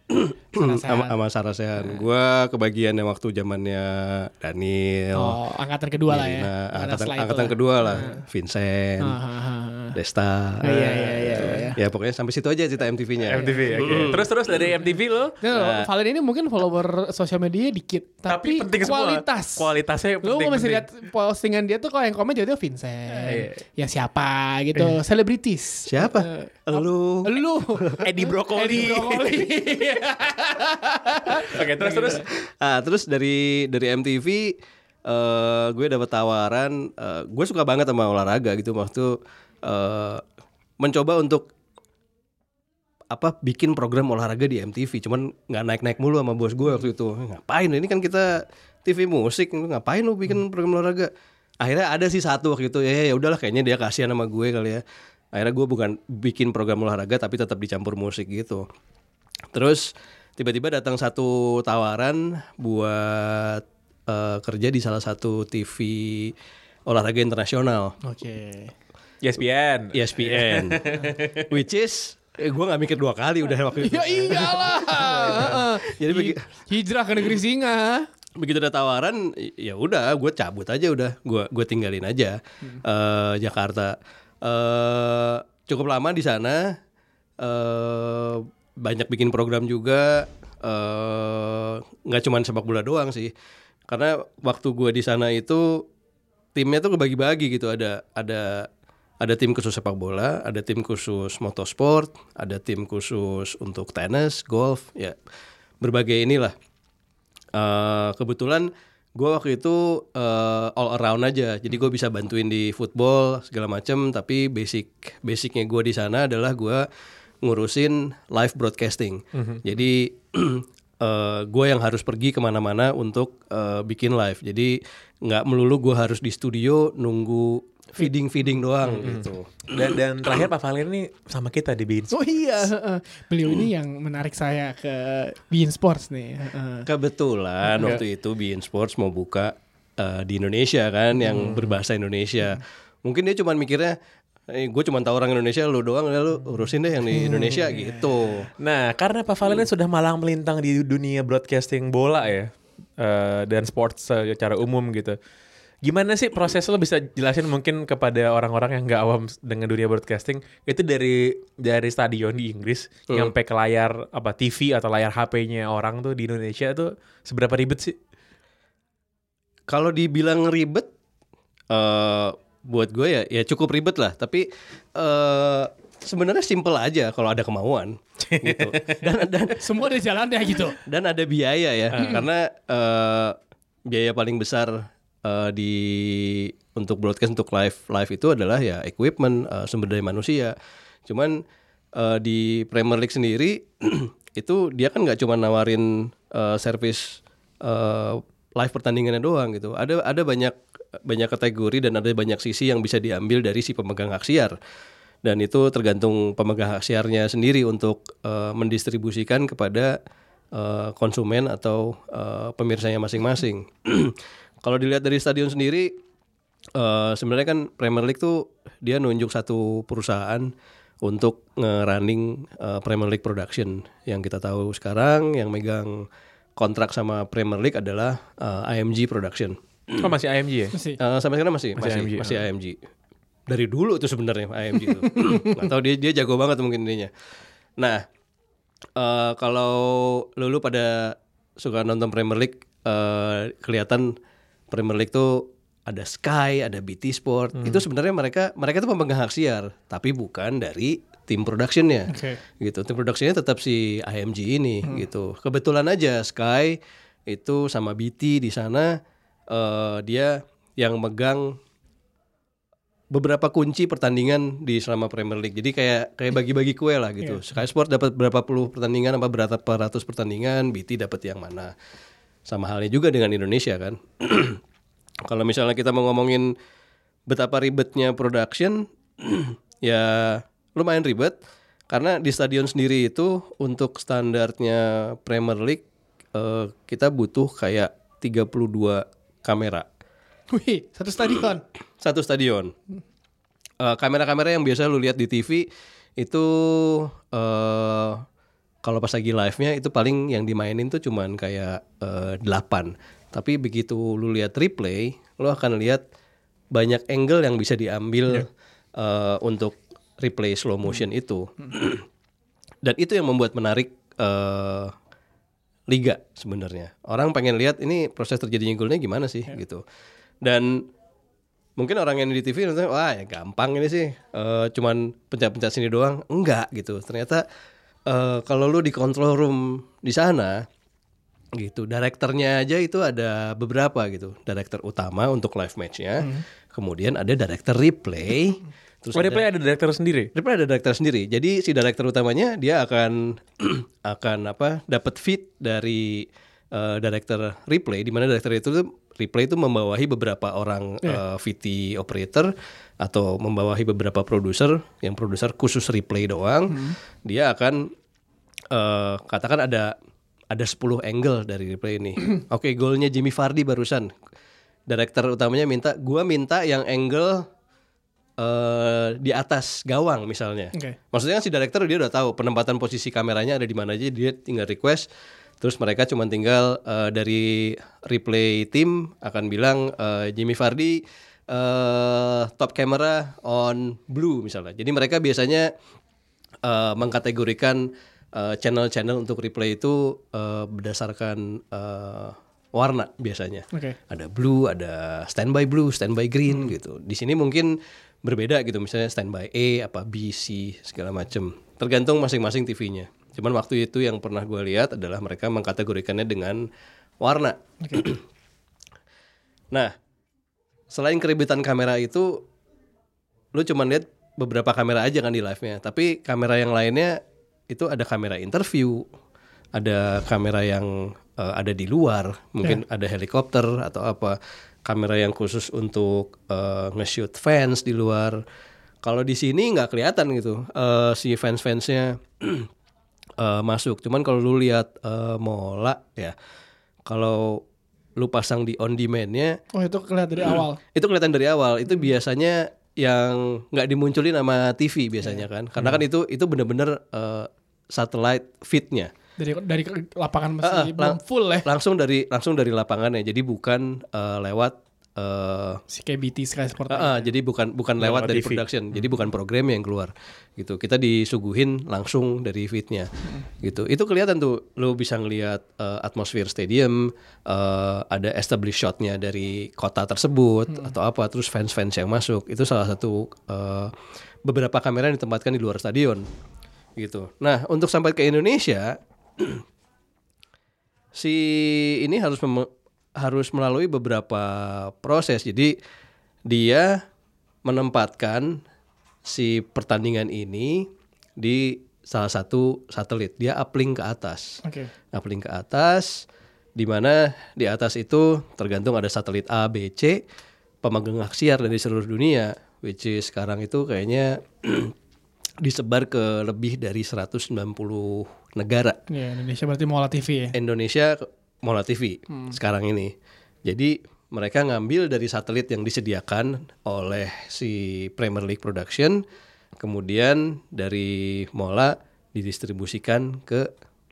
sama Sarah Sehan. Gue kebagian yang waktu zamannya Daniel. Angkatan kedua lah ya. Angkatan kedua lah. Vincent, Desta. Ya pokoknya sampai situ aja cerita MTV-nya. MTV. Terus dari MTV lo? Valen ini mungkin follower sosial media dikit, tapi kualitas. Kualitasnya penting. Lo masih lihat postingan dia tuh kalau yang komen jadi Vincent. Ya siapa gitu, selebritis. Siapa? Lu. Edi Brokoli. Oke, terus. Terus dari MTV gue dapet tawaran. Gue suka banget sama olahraga gitu waktu mencoba untuk bikin program olahraga di MTV, cuman nggak naik mulu sama bos gue waktu itu. Ngapain? Ini kan kita TV musik, ngapain lu bikin program olahraga? Akhirnya ada sih satu waktu itu, ya udahlah kayaknya dia kasihan sama gue kali ya. Akhirnya gue bukan bikin program olahraga tapi tetap dicampur musik gitu. Terus tiba-tiba datang satu tawaran buat kerja di salah satu TV olahraga internasional. Oke. ESPN. Which is gue gak mikir 2 kali udah waktu itu. Ya iyalah. Jadi hijrah ke negeri singa. begitu ada tawaran, ya udah gue cabut aja, udah gue tinggalin aja Jakarta. Cukup lama di sana, banyak bikin program juga, nggak cuma sepak bola doang sih, karena waktu gue di sana itu timnya tuh kebagi-bagi gitu, ada tim khusus sepak bola, ada tim khusus motorsport, ada tim khusus untuk tenis, golf, ya berbagai inilah. Kebetulan gue waktu itu all around aja, jadi gue bisa bantuin di football segala macem. Tapi basicnya gue di sana adalah gue ngurusin live broadcasting. Jadi gue yang harus pergi kemana-mana untuk bikin live. Jadi nggak melulu gue harus di studio nunggu feeding doang gitu. Dan terakhir Pak Valen ini sama kita di Bein. Oh iya, beliau ini yang menarik saya ke Bein Sports nih. Kebetulan waktu itu Bein Sports mau buka di Indonesia kan, yang berbahasa Indonesia. Mungkin dia cuma mikirnya, gue cuma tahu orang Indonesia, lu doang, lu urusin deh yang di Indonesia gitu. Nah, karena Pak Valen ini sudah malang melintang di dunia broadcasting bola ya, dan sports secara umum gitu. Gimana sih proses lo, bisa jelasin mungkin kepada orang-orang yang nggak awam dengan dunia broadcasting, itu dari stadion di Inggris nyampe ke layar apa TV atau layar HP-nya orang tuh di Indonesia tuh seberapa ribet sih? Kalau dibilang ribet, buat gue ya cukup ribet lah. Tapi sebenarnya simple aja kalau ada kemauan gitu. Dan Semua ada jalannya gitu. Dan ada biaya ya, karena biaya paling besar untuk broadcast, untuk live itu adalah ya equipment, sumber daya manusia. Cuman di Premier League sendiri itu dia kan nggak cuma nawarin service live pertandingannya doang gitu. Ada banyak kategori dan ada banyak sisi yang bisa diambil dari si pemegang hak siar. Dan itu tergantung pemegang hak siarnya sendiri untuk mendistribusikan kepada konsumen atau pemirsanya masing-masing. Kalau dilihat dari stadion sendiri, sebenarnya kan Premier League tuh dia nunjuk satu perusahaan untuk nge-running Premier League Production. Yang kita tahu sekarang yang megang kontrak sama Premier League adalah IMG Production. Oh, masih IMG ya? Sampai sekarang masih IMG. Dari dulu tuh sebenarnya IMG tuh. Nggak tahu dia jago banget mungkin ininya. Nah, kalau lu pada suka nonton Premier League, kelihatan Premier League tuh ada Sky, ada BT Sport. Itu sebenarnya mereka tuh pemegang hak siar, tapi bukan dari tim productionnya. Gitu. Tim productionnya tetap si IMG ini gitu. Kebetulan aja Sky itu sama BT di sana, dia yang megang beberapa kunci pertandingan di selama Premier League. Jadi kayak bagi-bagi kue lah gitu. Sky Sport dapat berapa puluh pertandingan, apa berapa ratus pertandingan, BT dapat yang mana. Sama halnya juga dengan Indonesia kan. Kalau misalnya kita mau ngomongin betapa ribetnya production, ya lumayan ribet. Karena di stadion sendiri itu untuk standarnya Premier League, kita butuh kayak 32 kamera. Wih, satu stadion. Satu stadion. Kamera-kamera yang biasa lu lihat di TV itu kalau pas lagi live-nya itu paling yang dimainin tuh cuman kayak 8. Tapi begitu lu lihat replay, lu akan lihat banyak angle yang bisa diambil untuk replay slow motion itu. Dan itu yang membuat menarik liga sebenarnya. Orang pengen lihat ini proses terjadinya golnya gimana sih gitu. Dan mungkin orang yang di TV nonton, wah ya gampang ini sih, cuman pencet-pencet sini doang. Enggak gitu. Ternyata kalau lu di control room di sana gitu, direkturnya aja itu ada beberapa gitu. Direktur utama untuk live match-nya, kemudian ada direktur replay. Terus replay ada direktur sendiri? Replay ada direktur sendiri. Jadi si direktur utamanya dia akan dapat feed dari direktur replay, di mana direktur itu replay itu membawahi beberapa orang VT operator atau membawahi beberapa produser, yang produser khusus replay doang. Dia akan katakan ada 10 angle dari replay ini. Oke, golnya Jimmy Vardy barusan. Director utamanya minta yang angle di atas gawang misalnya. Maksudnya kan si director dia udah tahu penempatan posisi kameranya ada di mana aja, dia tinggal request. Terus mereka cuma tinggal dari replay tim akan bilang Jimmy Vardy top camera on blue misalnya. Jadi mereka biasanya mengkategorikan channel-channel untuk replay itu berdasarkan warna biasanya. Ada blue, ada standby blue, standby green gitu. Di sini mungkin berbeda gitu, misalnya standby A, apa B, C segala macam. Tergantung masing-masing TV-nya. Cuman waktu itu yang pernah gue lihat adalah mereka mengkategorikannya dengan warna. Nah, selain keribetan kamera itu, lu cuma lihat beberapa kamera aja kan di live-nya. Tapi kamera yang lainnya itu ada kamera interview, ada kamera yang ada di luar, mungkin ada helikopter atau apa, kamera yang khusus untuk nge-shoot fans di luar. Kalau di sini nggak kelihatan gitu si fans-fansnya masuk. Cuman kalau lu lihat Mola ya, kalau lu pasang di on demand-nya, itu kelihatan dari awal. Itu kelihatan dari awal. Itu biasanya yang nggak dimunculin sama TV biasanya kan, karena kan itu benar-benar satellite feed-nya. Dari lapangan masih belum full ya. Langsung dari lapangannya. Jadi bukan lewat si KBT Sky Sport. Jadi bukan lewat dari TV. Production. Jadi bukan program yang keluar. Gitu. Kita disuguhin langsung dari feed-nya. Gitu. Itu kelihatan tuh, lu bisa ngelihat atmosfer stadium, ada established shot-nya dari kota tersebut atau apa, terus fans-fans yang masuk. Itu salah satu beberapa kamera yang ditempatkan di luar stadion. Gitu. Nah, untuk sampai ke Indonesia si ini harus melalui beberapa proses. Jadi dia menempatkan si pertandingan ini di salah satu satelit. Dia uplink ke atas. Uplink ke atas, di mana di atas itu tergantung ada satelit A, B, C, pemegang hak siar dari seluruh dunia, which is sekarang itu kayaknya disebar ke lebih dari 190 negara. Indonesia berarti Mola TV ya? Indonesia Mola TV sekarang ini. Jadi mereka ngambil dari satelit yang disediakan oleh si Premier League Production, kemudian dari Mola didistribusikan ke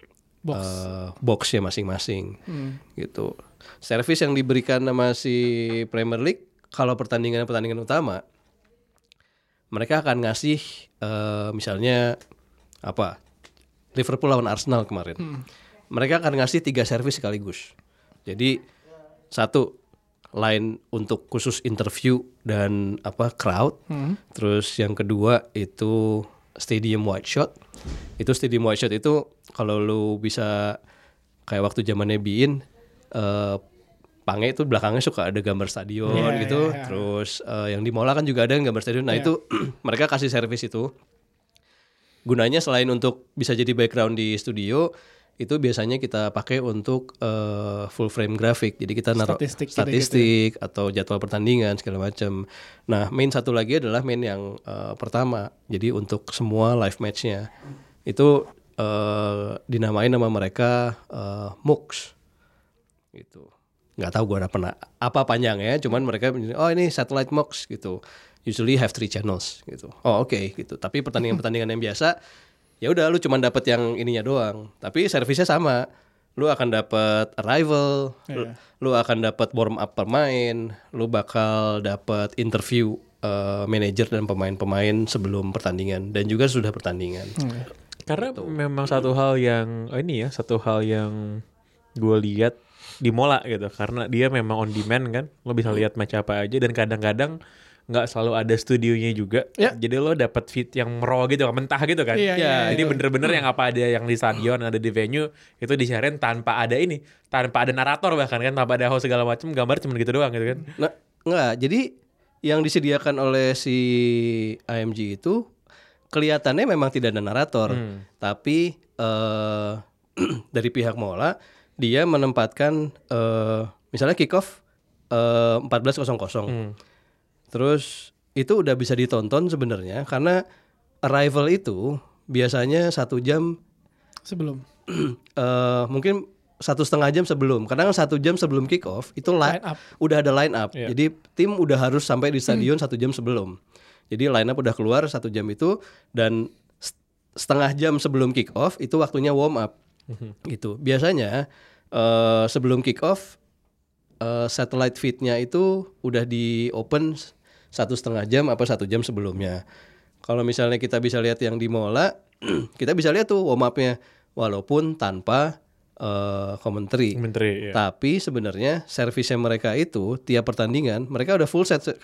boxnya masing-masing. Gitu. Servis yang diberikan sama si Premier League kalau pertandingan utama, mereka akan ngasih misalnya apa, Liverpool lawan Arsenal kemarin. Mereka akan ngasih 3 servis sekaligus. Jadi 1 line untuk khusus interview dan apa crowd. Terus yang kedua itu stadium wide shot. Itu stadium wide shot itu kalau lu bisa kayak waktu zamannya Bein, Pange itu belakangnya suka ada gambar stadion gitu. Terus yang di Mola kan juga ada gambar stadion. Nah itu mereka kasih servis itu. Gunanya selain untuk bisa jadi background di studio, itu biasanya kita pakai untuk full frame grafik. Jadi kita naruh statistik atau jadwal pertandingan segala macam. Nah, main satu lagi adalah main yang pertama. Jadi untuk semua live match-nya itu dinamain nama mereka MUX. Gitu. Nggak tahu gue ada pernah apa panjangnya, cuman mereka ini satellite MUX gitu. Usually have 3 channels gitu. Oke, gitu. Tapi pertandingan-pertandingan yang biasa, ya udah lu cuma dapat yang ininya doang. Tapi servisnya sama. Lu akan dapat arrival, lu akan dapat warm up pemain, lu bakal dapat interview manajer dan pemain-pemain sebelum pertandingan dan juga sudah pertandingan. Karena memang satu hal yang gue lihat di Mola gitu, karena dia memang on demand kan, lo bisa lihat match apa aja dan kadang-kadang nggak selalu ada studionya juga, jadi lo dapat feed yang raw gitu, mentah gitu kan. Jadi bener-bener yang apa ada yang di stadion, ada di venue itu disiarin tanpa ada narator bahkan kan, tanpa ada host segala macam, gambar cuma gitu doang gitu kan. Nah, nggak, jadi yang disediakan oleh si AMG itu kelihatannya memang tidak ada narator, tapi dari pihak Mola dia menempatkan misalnya kick off 14.00. Terus itu udah bisa ditonton sebenarnya karena arrival itu biasanya 1 jam Sebelum. Mungkin 1,5 jam sebelum. Kadang 1 jam sebelum kick off itu udah ada line up. Iya. Jadi tim udah harus sampai di stadion 1 jam sebelum. Jadi line up udah keluar 1 jam itu dan setengah jam sebelum kick off itu waktunya warm up. Gitu. Biasanya sebelum kick off satellite feed-nya itu udah di open 1,5 jam apa 1 jam sebelumnya. Kalau misalnya kita bisa lihat yang di Mola, kita bisa lihat tuh warm up-nya walaupun tanpa commentary. Iya. Tapi sebenarnya servisnya mereka itu tiap pertandingan mereka udah full set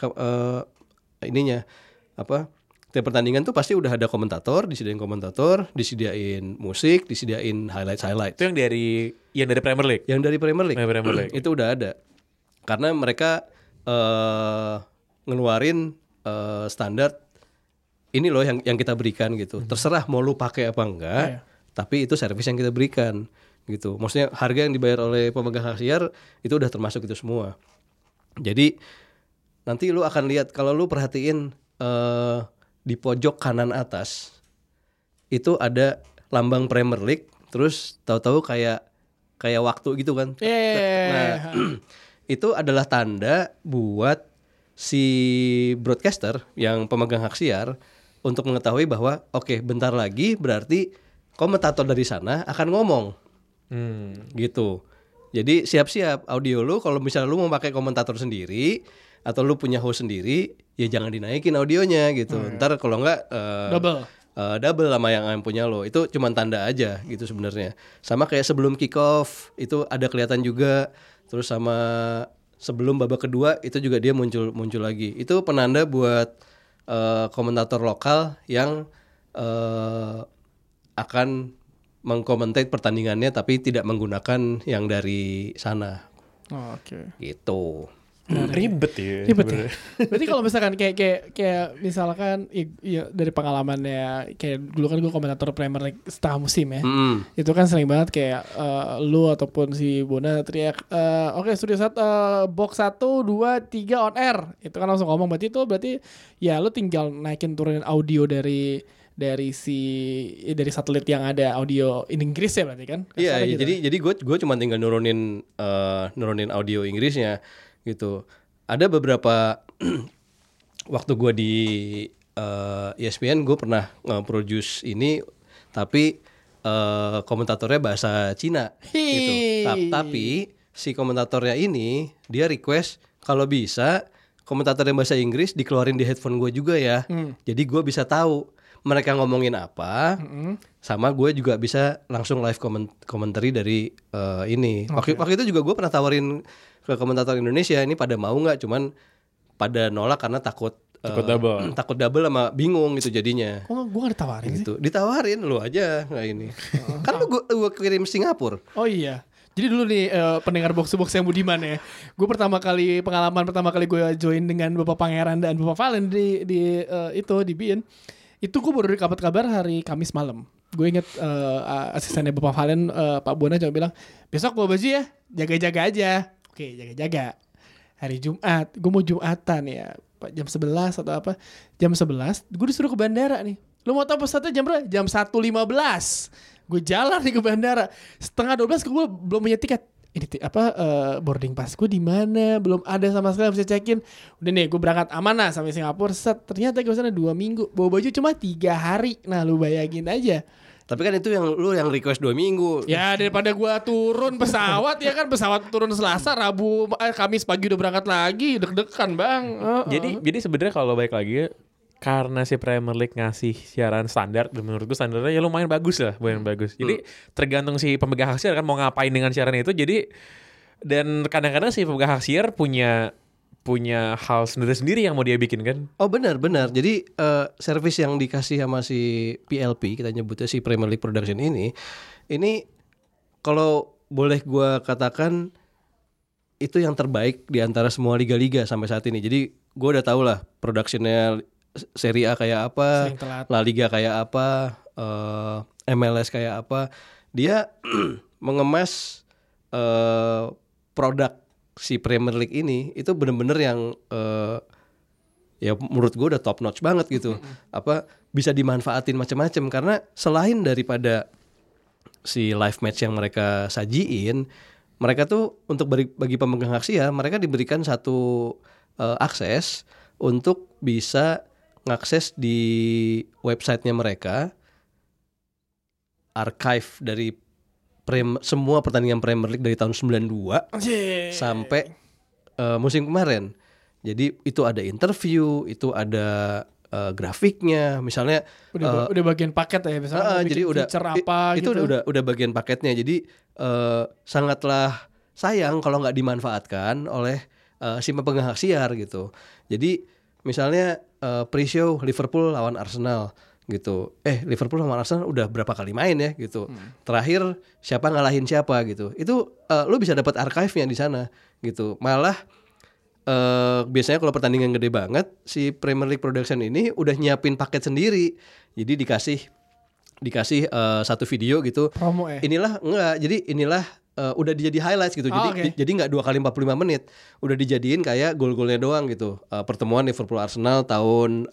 tiap pertandingan tuh pasti udah ada komentator, disediain musik, disediain highlight. Itu yang dari Premier League. Yang dari Premier League. Premier League. Itu udah ada. Karena mereka ngeluarin standar ini loh yang kita berikan gitu. Terserah mau lu pakai apa enggak, tapi itu servis yang kita berikan gitu. Maksudnya harga yang dibayar oleh pemegang hak siar itu udah termasuk itu semua. Jadi nanti lu akan lihat kalau lu perhatiin di pojok kanan atas itu ada lambang Premier League, terus tahu-tahu kayak waktu gitu kan. Nah, itu adalah tanda buat si broadcaster yang pemegang hak siar untuk mengetahui bahwa oke, bentar lagi berarti komentator dari sana akan ngomong. Gitu. Jadi siap-siap audio lu kalau misalnya lu mau pakai komentator sendiri atau lu punya host sendiri, ya jangan dinaikin audionya gitu. Ntar kalau enggak double sama yang punya lo. Itu cuma tanda aja gitu sebenarnya. Sama kayak sebelum kick off itu ada kelihatan juga. Terus sama sebelum babak kedua itu juga dia muncul lagi. Itu penanda buat komentator lokal yang akan mengkomentate pertandingannya tapi tidak menggunakan yang dari sana. Oke. Gitu. Ribet ya. Berarti kalau misalkan kayak misalkan ya, dari pengalamannya kayak dulu kan gue komentator Premier League setengah musim ya. Itu kan sering banget kayak lu ataupun si Bona teriak oke, studio box 1 2 3 on air. Itu kan langsung ngomong, berarti ya lu tinggal naikin turunin audio dari satelit yang ada audio Inggris ya berarti kan? Iya, gitu. jadi gue cuma tinggal nurunin audio Inggrisnya gitu. Ada beberapa waktu gue di ESPN gue pernah nge-produce ini tapi komentatornya bahasa Cina gitu. Tapi si komentatornya ini dia request kalau bisa komentatornya bahasa Inggris dikeluarin di headphone gue juga ya. Jadi gue bisa tahu mereka ngomongin apa, sama gue juga bisa langsung live commentary dari ini. Waktu itu juga gue pernah tawarin ke komentator Indonesia, ini pada mau nggak? Cuman pada nolak karena takut double sama bingung gitu jadinya. Oh, gue nggak ditawarin gitu. Ditawarin lu aja nggak ini. Kan gue kirim Singapura. Oh iya. Jadi dulu nih pendengar box to box yang budiman ya. Gue pengalaman pertama kali gue join dengan Bapak Pangeran dan Bapak Valen di BIN. Itu gue baru dapat kabar hari Kamis malam. Gue inget asistennya Bapak Valen, Pak Bona cuma bilang, besok bawa baju ya, jaga-jaga aja. Oke, jaga-jaga. Hari Jumat, gue mau Jumatan ya, Pak, jam 11 atau apa. Jam 11, gue disuruh ke bandara nih. Lu mau tahu pesawatnya jam berapa? Jam 1.15. Gue jalan nih ke bandara. 11:30 gue belum punya tiket. Ini boarding pass gue di mana? Belum ada sama sekali, bisa check-in. Udah nih gue berangkat amanah sampai Singapura. Ternyata gue sana 2 minggu. Bawa baju cuma 3 hari. Nah lu bayangin aja. Tapi kan itu lu yang request 2 minggu. Ya daripada gue turun pesawat ya kan, pesawat turun Selasa, Rabu, Kamis pagi udah berangkat lagi, deg-degan bang. Jadi sebenarnya kalau balik lagi karena si Premier League ngasih siaran standar, dan menurut gue standarnya ya lumayan bagus lah, Jadi tergantung si pemegang hak siar kan mau ngapain dengan siaran itu. Jadi dan kadang-kadang si pemegang hak siar punya hal sendiri yang mau dia bikin kan. Oh benar. Jadi service yang dikasih sama si PLP, kita nyebutnya si Premier League Production ini kalau boleh gue katakan itu yang terbaik di antara semua liga-liga sampai saat ini. Jadi gue udah tahu lah productionnya Serie A kayak apa, La Liga kayak apa, MLS kayak apa. Dia mengemas produk si Premier League ini itu bener-bener yang ya menurut gue udah top notch banget gitu. Apa bisa dimanfaatin macam-macam karena selain daripada si live match yang mereka sajiin, mereka tuh untuk bagi pemegang hak siar mereka diberikan satu akses untuk bisa ngakses di websitenya mereka archive dari semua pertandingan Premier League dari tahun 92 sampai musim kemarin. Jadi itu ada interview, itu ada grafiknya, misalnya udah bagian paket ya, misalnya jadi udah apa itu gitu. udah bagian paketnya. Jadi sangatlah sayang kalau nggak dimanfaatkan oleh si pemegang hak siar gitu. Jadi misalnya pre-show Liverpool lawan Arsenal gitu. Liverpool lawan Arsenal udah berapa kali main ya gitu. Terakhir siapa ngalahin siapa gitu. Itu lu bisa dapat archive-nya di sana gitu. Malah biasanya kalau pertandingan gede banget si Premier League Production ini udah nyiapin paket sendiri. Jadi dikasih satu video gitu. Promo ya? Inilah udah dijadi highlights gitu. Jadi nggak 2 kali 45 menit. Udah dijadiin kayak gol-golnya doang gitu. Pertemuan Liverpool Arsenal tahun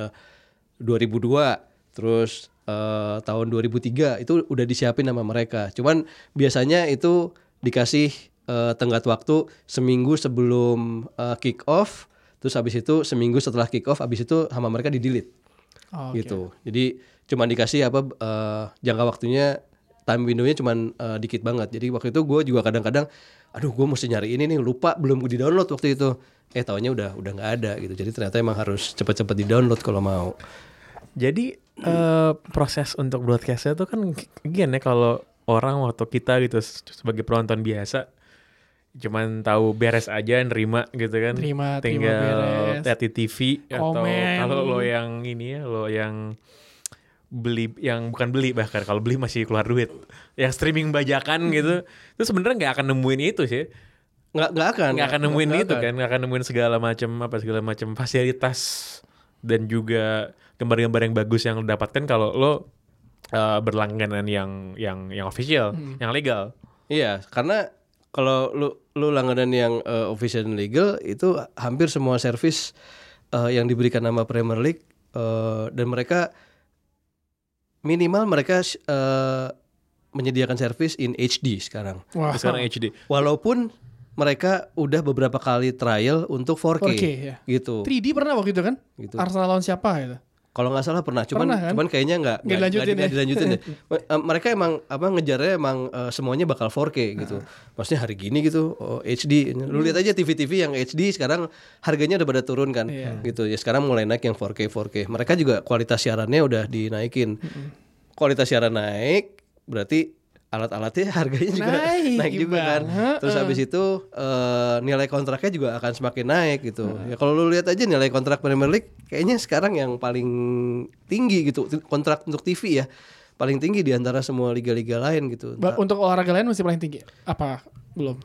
2002, terus tahun 2003 itu udah disiapin sama mereka. Cuman biasanya itu dikasih tenggat waktu seminggu sebelum kick off, terus habis itu seminggu setelah kick off, habis itu sama mereka di-delete. Gitu. Jadi cuma dikasih jangka waktunya, time window-nya cuman dikit banget. Jadi waktu itu gue juga kadang-kadang gue mesti nyari ini nih, lupa belum di-download waktu itu. Taunya udah nggak ada gitu. Jadi ternyata emang harus cepat-cepat di-download kalau mau. Jadi proses untuk broadcast-nya tuh kan gini ya, kalau orang waktu kita gitu sebagai penonton biasa cuman tahu beres aja, nerima gitu kan. Tinggal beres. lihat di TV. Komen. Atau kalau lo yang ini ya, lo yang beli, yang bukan beli, bahkan kalau beli masih keluar duit, yang streaming bajakan gitu, itu sebenarnya nggak akan nemuin itu sih. Nggak akan nemuin itu kan, nggak akan nemuin segala macam fasilitas dan juga gambar-gambar yang bagus yang lo dapatkan kalau lo berlangganan yang official, yang legal. Iya, karena kalau lu langganan yang official dan legal itu hampir semua service yang diberikan nama Premier League dan mereka minimal menyediakan service in HD sekarang. Wah. Sekarang HD. Walaupun mereka udah beberapa kali trial untuk 4K ya. gitu. 3D pernah waktu itu kan? Gitu. Arsenal lawan siapa gitu? Kalau nggak salah pernah, cuman kayaknya nggak dilanjutin deh. Mereka emang ngejarnya emang semuanya bakal 4K gitu. Maksudnya hari gini gitu HD. Lu lihat aja TV-TV yang HD sekarang harganya udah pada turun kan, gitu. Ya sekarang mulai naik yang 4K. Mereka juga kualitas siarannya udah dinaikin. Kualitas siaran naik, berarti alat-alatnya harganya juga naik juga kan. Terus habis itu nilai kontraknya juga akan semakin naik gitu. Ya kalau lu lihat aja nilai kontrak Premier League kayaknya sekarang yang paling tinggi gitu. Kontrak untuk TV ya paling tinggi di antara semua liga-liga lain gitu. Untuk olahraga lain masih paling tinggi? Apa? Belum?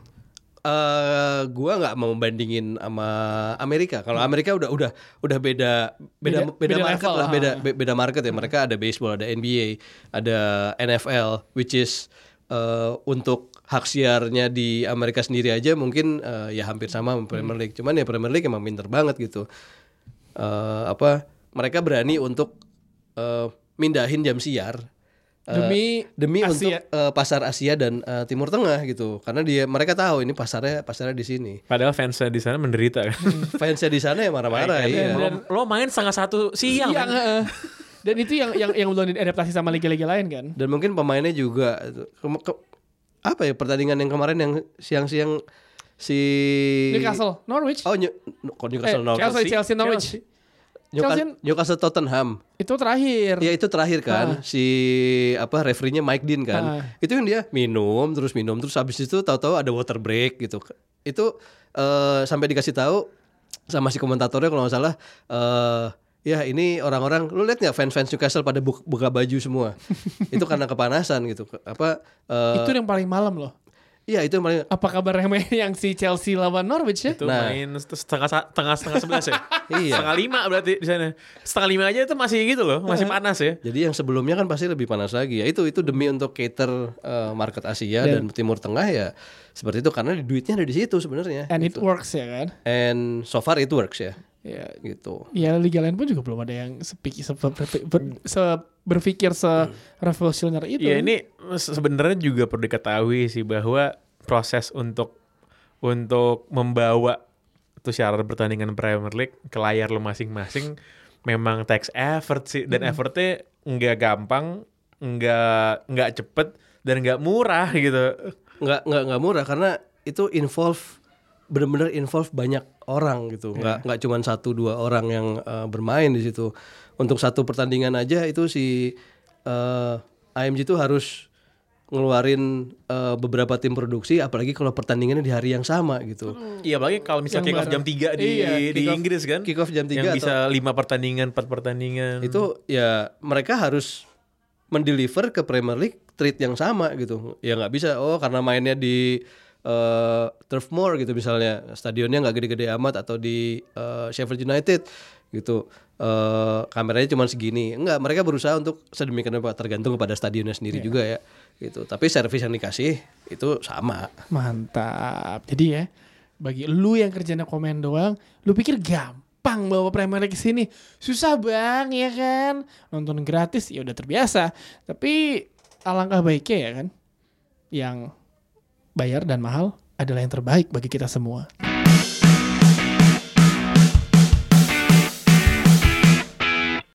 Gua nggak mau bandingin sama Amerika. Kalau Amerika udah beda market lah, beda market ya. Mereka ada baseball, ada NBA, ada NFL, which is untuk hak siarnya di Amerika sendiri aja mungkin ya hampir sama Premier League. Cuman ya Premier League emang pinter banget gitu. Mereka berani untuk mindahin jam siar demi untuk pasar Asia dan Timur Tengah gitu, karena mereka tahu ini pasarnya di sini. Padahal fansnya di sana menderita kan. Fansnya di sana ya marah-marah. Iya. Lo main 1:30 siang. Kan? Dan itu yang belum diadaptasi sama liga-liga lain kan. Dan mungkin pemainnya juga pertandingan yang kemarin yang siang-siang si Newcastle Norwich. Newcastle Norwich. Chelsea Norwich. Newcastle Tottenham. Itu terakhir. Ya itu terakhir kan. Si referee-nya Mike Dean kan. Itu yang dia minum terus habis itu tahu-tahu ada water break gitu. Itu sampai dikasih tahu sama si komentatornya kalau nggak salah ya ini orang-orang, lu lihat nggak fans Newcastle pada buka baju semua. Itu karena kepanasan gitu. Itu yang paling malam loh. Iya itu yang paling. Apa kabarnya main yang si Chelsea lawan Norwich ya? Itu main setengah 11 ya. Iya. Setengah 5 berarti di sana. Setengah 5 aja itu masih gitu loh, masih panas ya. Jadi yang sebelumnya kan pasti lebih panas lagi ya. Itu demi untuk cater market Asia dan Timur Tengah ya. Seperti itu karena duitnya ada di situ sebenarnya. And it works ya kan? And so far it works ya. Ya Gitu. ya liga lain pun juga belum ada yang berpikir revolusioner itu. Iya ini sebenarnya juga perlu diketahui sih bahwa proses untuk membawa tuh syarat pertandingan Premier League ke layar lo masing-masing memang takes effort sih, dan effortnya nggak gampang, nggak cepet dan nggak murah gitu. Nggak murah karena itu benar-benar involve banyak orang gitu. Nggak cuma 1-2 orang yang bermain di situ. Untuk satu pertandingan aja itu si AMG itu harus ngeluarin beberapa tim produksi, apalagi kalau pertandingannya di hari yang sama gitu. Iya, apalagi kalau misalnya kick off jam 3 di Inggris kan. Kick off jam 3 yang bisa 5 pertandingan, 4 pertandingan. Itu ya mereka harus mendeliver ke Premier League treat yang sama gitu. Ya nggak bisa karena mainnya di Turf Moor gitu misalnya, stadionnya nggak gede-gede amat, atau di Sheffield United gitu, kameranya cuma segini. Enggak, mereka berusaha untuk sedemikian rupa, tergantung kepada stadionnya sendiri juga ya gitu. Tapi servis yang dikasih itu sama. Mantap. Jadi ya, bagi lu yang kerjanya komen doang, lu pikir gampang bawa Premier League ke sini? Susah bang, ya kan? Nonton gratis ya udah terbiasa. Tapi alangkah baiknya ya kan, yang bayar dan mahal adalah yang terbaik bagi kita semua.